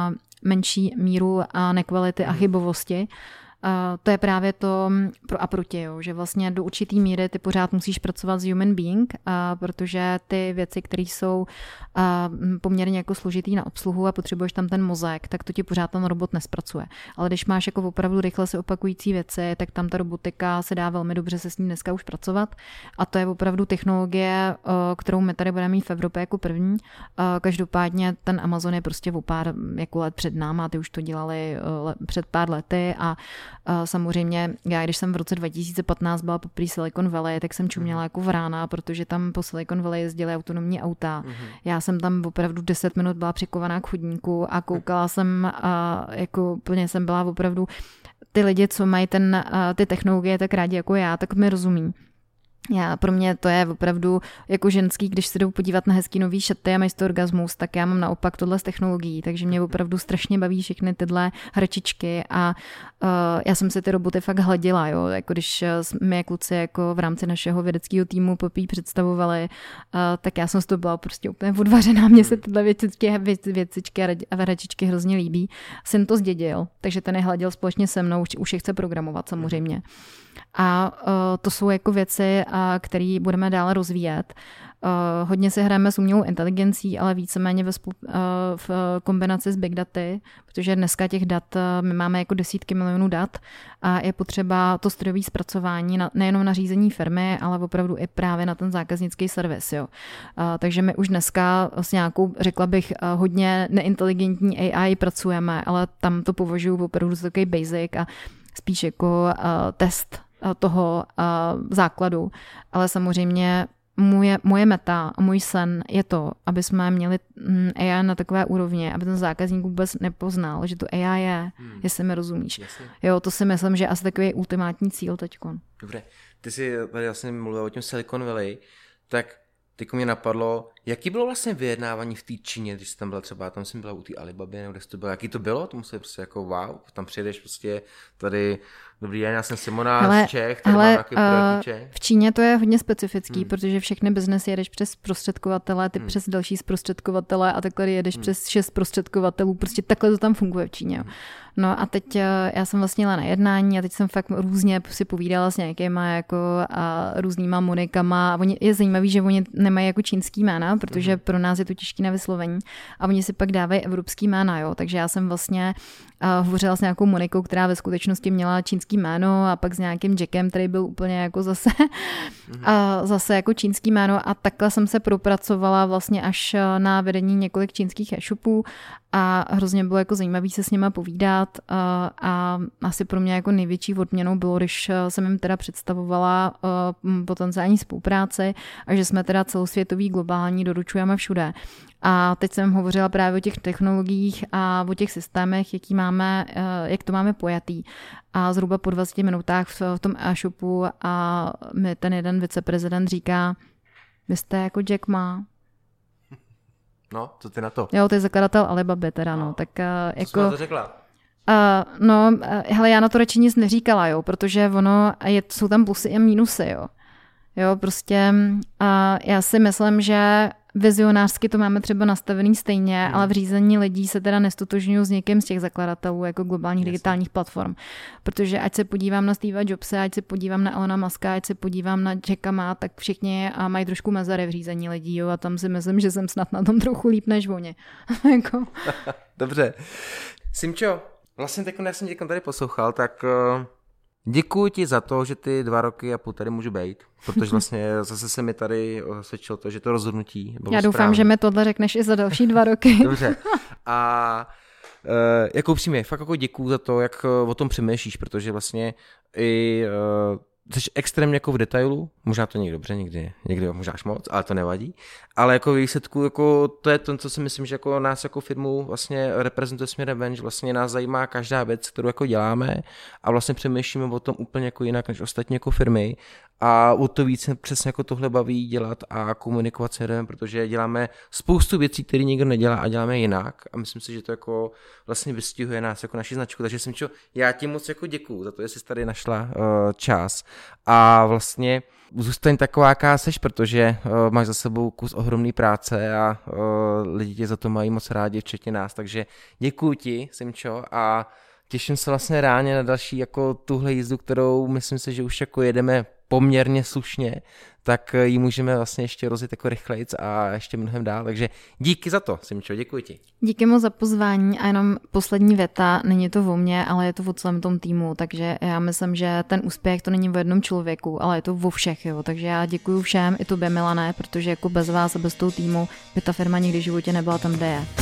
menší míru a nekvality a chybovosti. Uh, to je právě to pro a proti, jo, že vlastně do určitý míry ty pořád musíš pracovat s human being, uh, protože ty věci, které jsou uh, poměrně jako složitý na obsluhu a potřebuješ tam ten mozek, tak to ti pořád ten robot nespracuje. Ale když máš jako opravdu rychle se opakující věci, tak tam ta robotika se dá velmi dobře se s ním dneska už pracovat a to je opravdu technologie, uh, kterou my tady budeme mít v Evropě jako první. Uh, každopádně ten Amazon je prostě o pár jako let před náma, ty už to dělali uh, le, před pár lety a Uh, samozřejmě, já když jsem v roce dva tisíce patnáct byla poprý Silicon Valley, tak jsem čuměla jako vrána, protože tam po Silicon Valley jezdily autonomní auta. Mm-hmm. Já jsem tam opravdu deset minut byla přikovaná k chodníku a koukala jsem, uh, jako plně jsem byla opravdu, ty lidi, co mají ten, uh, ty technologie tak rádi jako já, tak mi rozumí. Já, pro mě to je opravdu jako ženský, když se jdou podívat na hezký nový šaty a mají to orgasmus, tak já mám naopak tohle z technologií, takže mě opravdu strašně baví všechny tyhle hračičky a uh, já jsem si ty roboty fakt hladila, jo, jako když my kluci jako v rámci našeho vědeckého týmu popí představovali, uh, tak já jsem z toho byla prostě úplně odvařená, mně se tyhle věcičky, věcičky a hračičky hrozně líbí. Syn to zdědil, takže ten je hladil společně se mnou, už je chce programovat samozřejmě. A uh, to jsou jako věci, uh, které budeme dále rozvíjet. Uh, hodně si hrajeme s umělou inteligencí, ale víceméně ve spolu, uh, v kombinaci s big daty, protože dneska těch dat, uh, my máme jako desítky milionů dat a je potřeba to strojové zpracování na, nejenom na řízení firmy, ale opravdu i právě na ten zákaznický servis. Jo. Uh, takže my už dneska s nějakou, řekla bych, uh, hodně neinteligentní A I pracujeme, ale tam to považuji opravdu za takový basic a spíš jako uh, test uh, toho uh, základu. Ale samozřejmě moje, moje meta a můj sen je to, aby jsme měli A I na takové úrovni, aby ten zákazník vůbec nepoznal, že to A I je, hmm. jestli mi rozumíš. Jasně. Jo, to si myslím, že je asi takový ultimátní cíl teďkon. Dobře, ty jsi tady vlastně mluvil o tom Silicon Valley, tak teďko mě napadlo, jaký bylo vlastně vyjednávání v té Číně, když jsi tam byla třeba, tam jsem byla u té Alibaby, nebo kde jsi to byla, jaký to bylo? To musí prostě jako wow, tam přijedeš prostě tady, dobrý den, já jsem Simona hele, z Čech, tady hele, mám nějaký projekt Čech. V Číně to je hodně specifický, hmm. protože všechny biznesy jedeš přes zprostředkovatele, ty hmm. přes další zprostředkovatele a takhle jedeš hmm. přes šest zprostředkovatelů, prostě takhle to tam funguje v Číně. Hmm. No a teď já jsem vlastně jela na jednání a teď jsem fakt různě si povídala s nějakýma jako a různýma Monikama a oni, je zajímavý, že oni nemají jako čínský jména, protože pro nás je to těžký na vyslovení a oni si pak dávají evropský jména, jo, takže já jsem vlastně uh, hovořila s nějakou Monikou, která ve skutečnosti měla čínský jméno a pak s nějakým Jackem, který byl úplně jako zase a zase jako čínský jméno a takhle jsem se propracovala vlastně až na vedení několik čínských e-shopů a hrozně bylo jako zajímavý se s nima povídat a, a asi pro mě jako největší odměnou bylo, když jsem jim teda představovala potenciální spolupráci a že jsme teda celosvětový globální doručujeme všude. A teď jsem hovořila právě o těch technologiích a o těch systémech, jaký máme, jak to máme pojatý. A zhruba po dvaceti minutách v, v tom e-shopu a mi ten jeden viceprezident říká, vy jste jako Jack Ma. No, co ty na to? Jo, to je zakladatel Alibaby teda, no. no tak uh, jako... Co jsi na to řekla? Uh, no, uh, hele, já na to radši nic neříkala, jo, protože ono, je, jsou tam plusy a mínusy, jo. Jo, prostě uh, já si myslím, že vizionářsky to máme třeba nastavený stejně, hmm. ale v řízení lidí se teda nestotožňuji s někým z těch zakladatelů jako globálních Jasně. digitálních platform. Protože ať se podívám na Steva Jobse, ať se podívám na Elona Muska, ať se podívám na Jacka Ma, tak všichni a mají trošku mezery v řízení lidí, jo, a tam si myslím, že jsem snad na tom trochu líp než oni. jako. Dobře. Simčo, vlastně teď, jak jsem tě tady poslouchal, tak uh, děkuji ti za to, že ty dva roky a půl tady můžu být, protože vlastně zase se mi tady osvědčilo to, že to rozhodnutí bylo Já doufám, správný. že mi tohle řekneš i za další dva roky. Dobře. A uh, jako upřímně, fakt jako děkuji za to, jak o tom přemýšlíš, protože vlastně i uh, jsi extrémně jako v detailu, možná to někdy dobře, někdy, někdy možná až moc, ale to nevadí, ale jako výsledku, jako to je to, co si myslím, že jako nás jako firmu vlastně reprezentuje směrem ven, že vlastně nás zajímá každá věc, kterou jako děláme a vlastně přemýšlíme o tom úplně jako jinak než ostatní jako firmy a o to víc přesně jako tohle baví dělat a komunikovat s lidem, protože děláme spoustu věcí, které nikdo nedělá a děláme jinak a myslím si, že to jako vlastně vystihuje nás jako naši značku, takže jsem čo, já ti moc jako děkuju za to, že jsi tady našla uh, čas a vlastně zůstaň taková, jaká seš, protože uh, máš za sebou kus ohromný práce a uh, lidi tě za to mají moc rádi, včetně nás, takže děkuju ti, Simčo, a těším se vlastně ráně na další jako tuhle jízdu, kterou myslím si, že už jako jedeme poměrně slušně, tak ji můžeme vlastně ještě rozjet jako rychlejc a ještě mnohem dál, takže díky za to, Simčo, děkuji ti. Díky moc za pozvání a jenom poslední věta, není to o mně, ale je to o celém tom týmu, takže já myslím, že ten úspěch to není o jednom člověku, ale je to o všech, jo, takže já děkuji všem, i tobě, Milané, protože jako bez vás a bez toho týmu by ta firma nikdy v životě nebyla tam, kde je.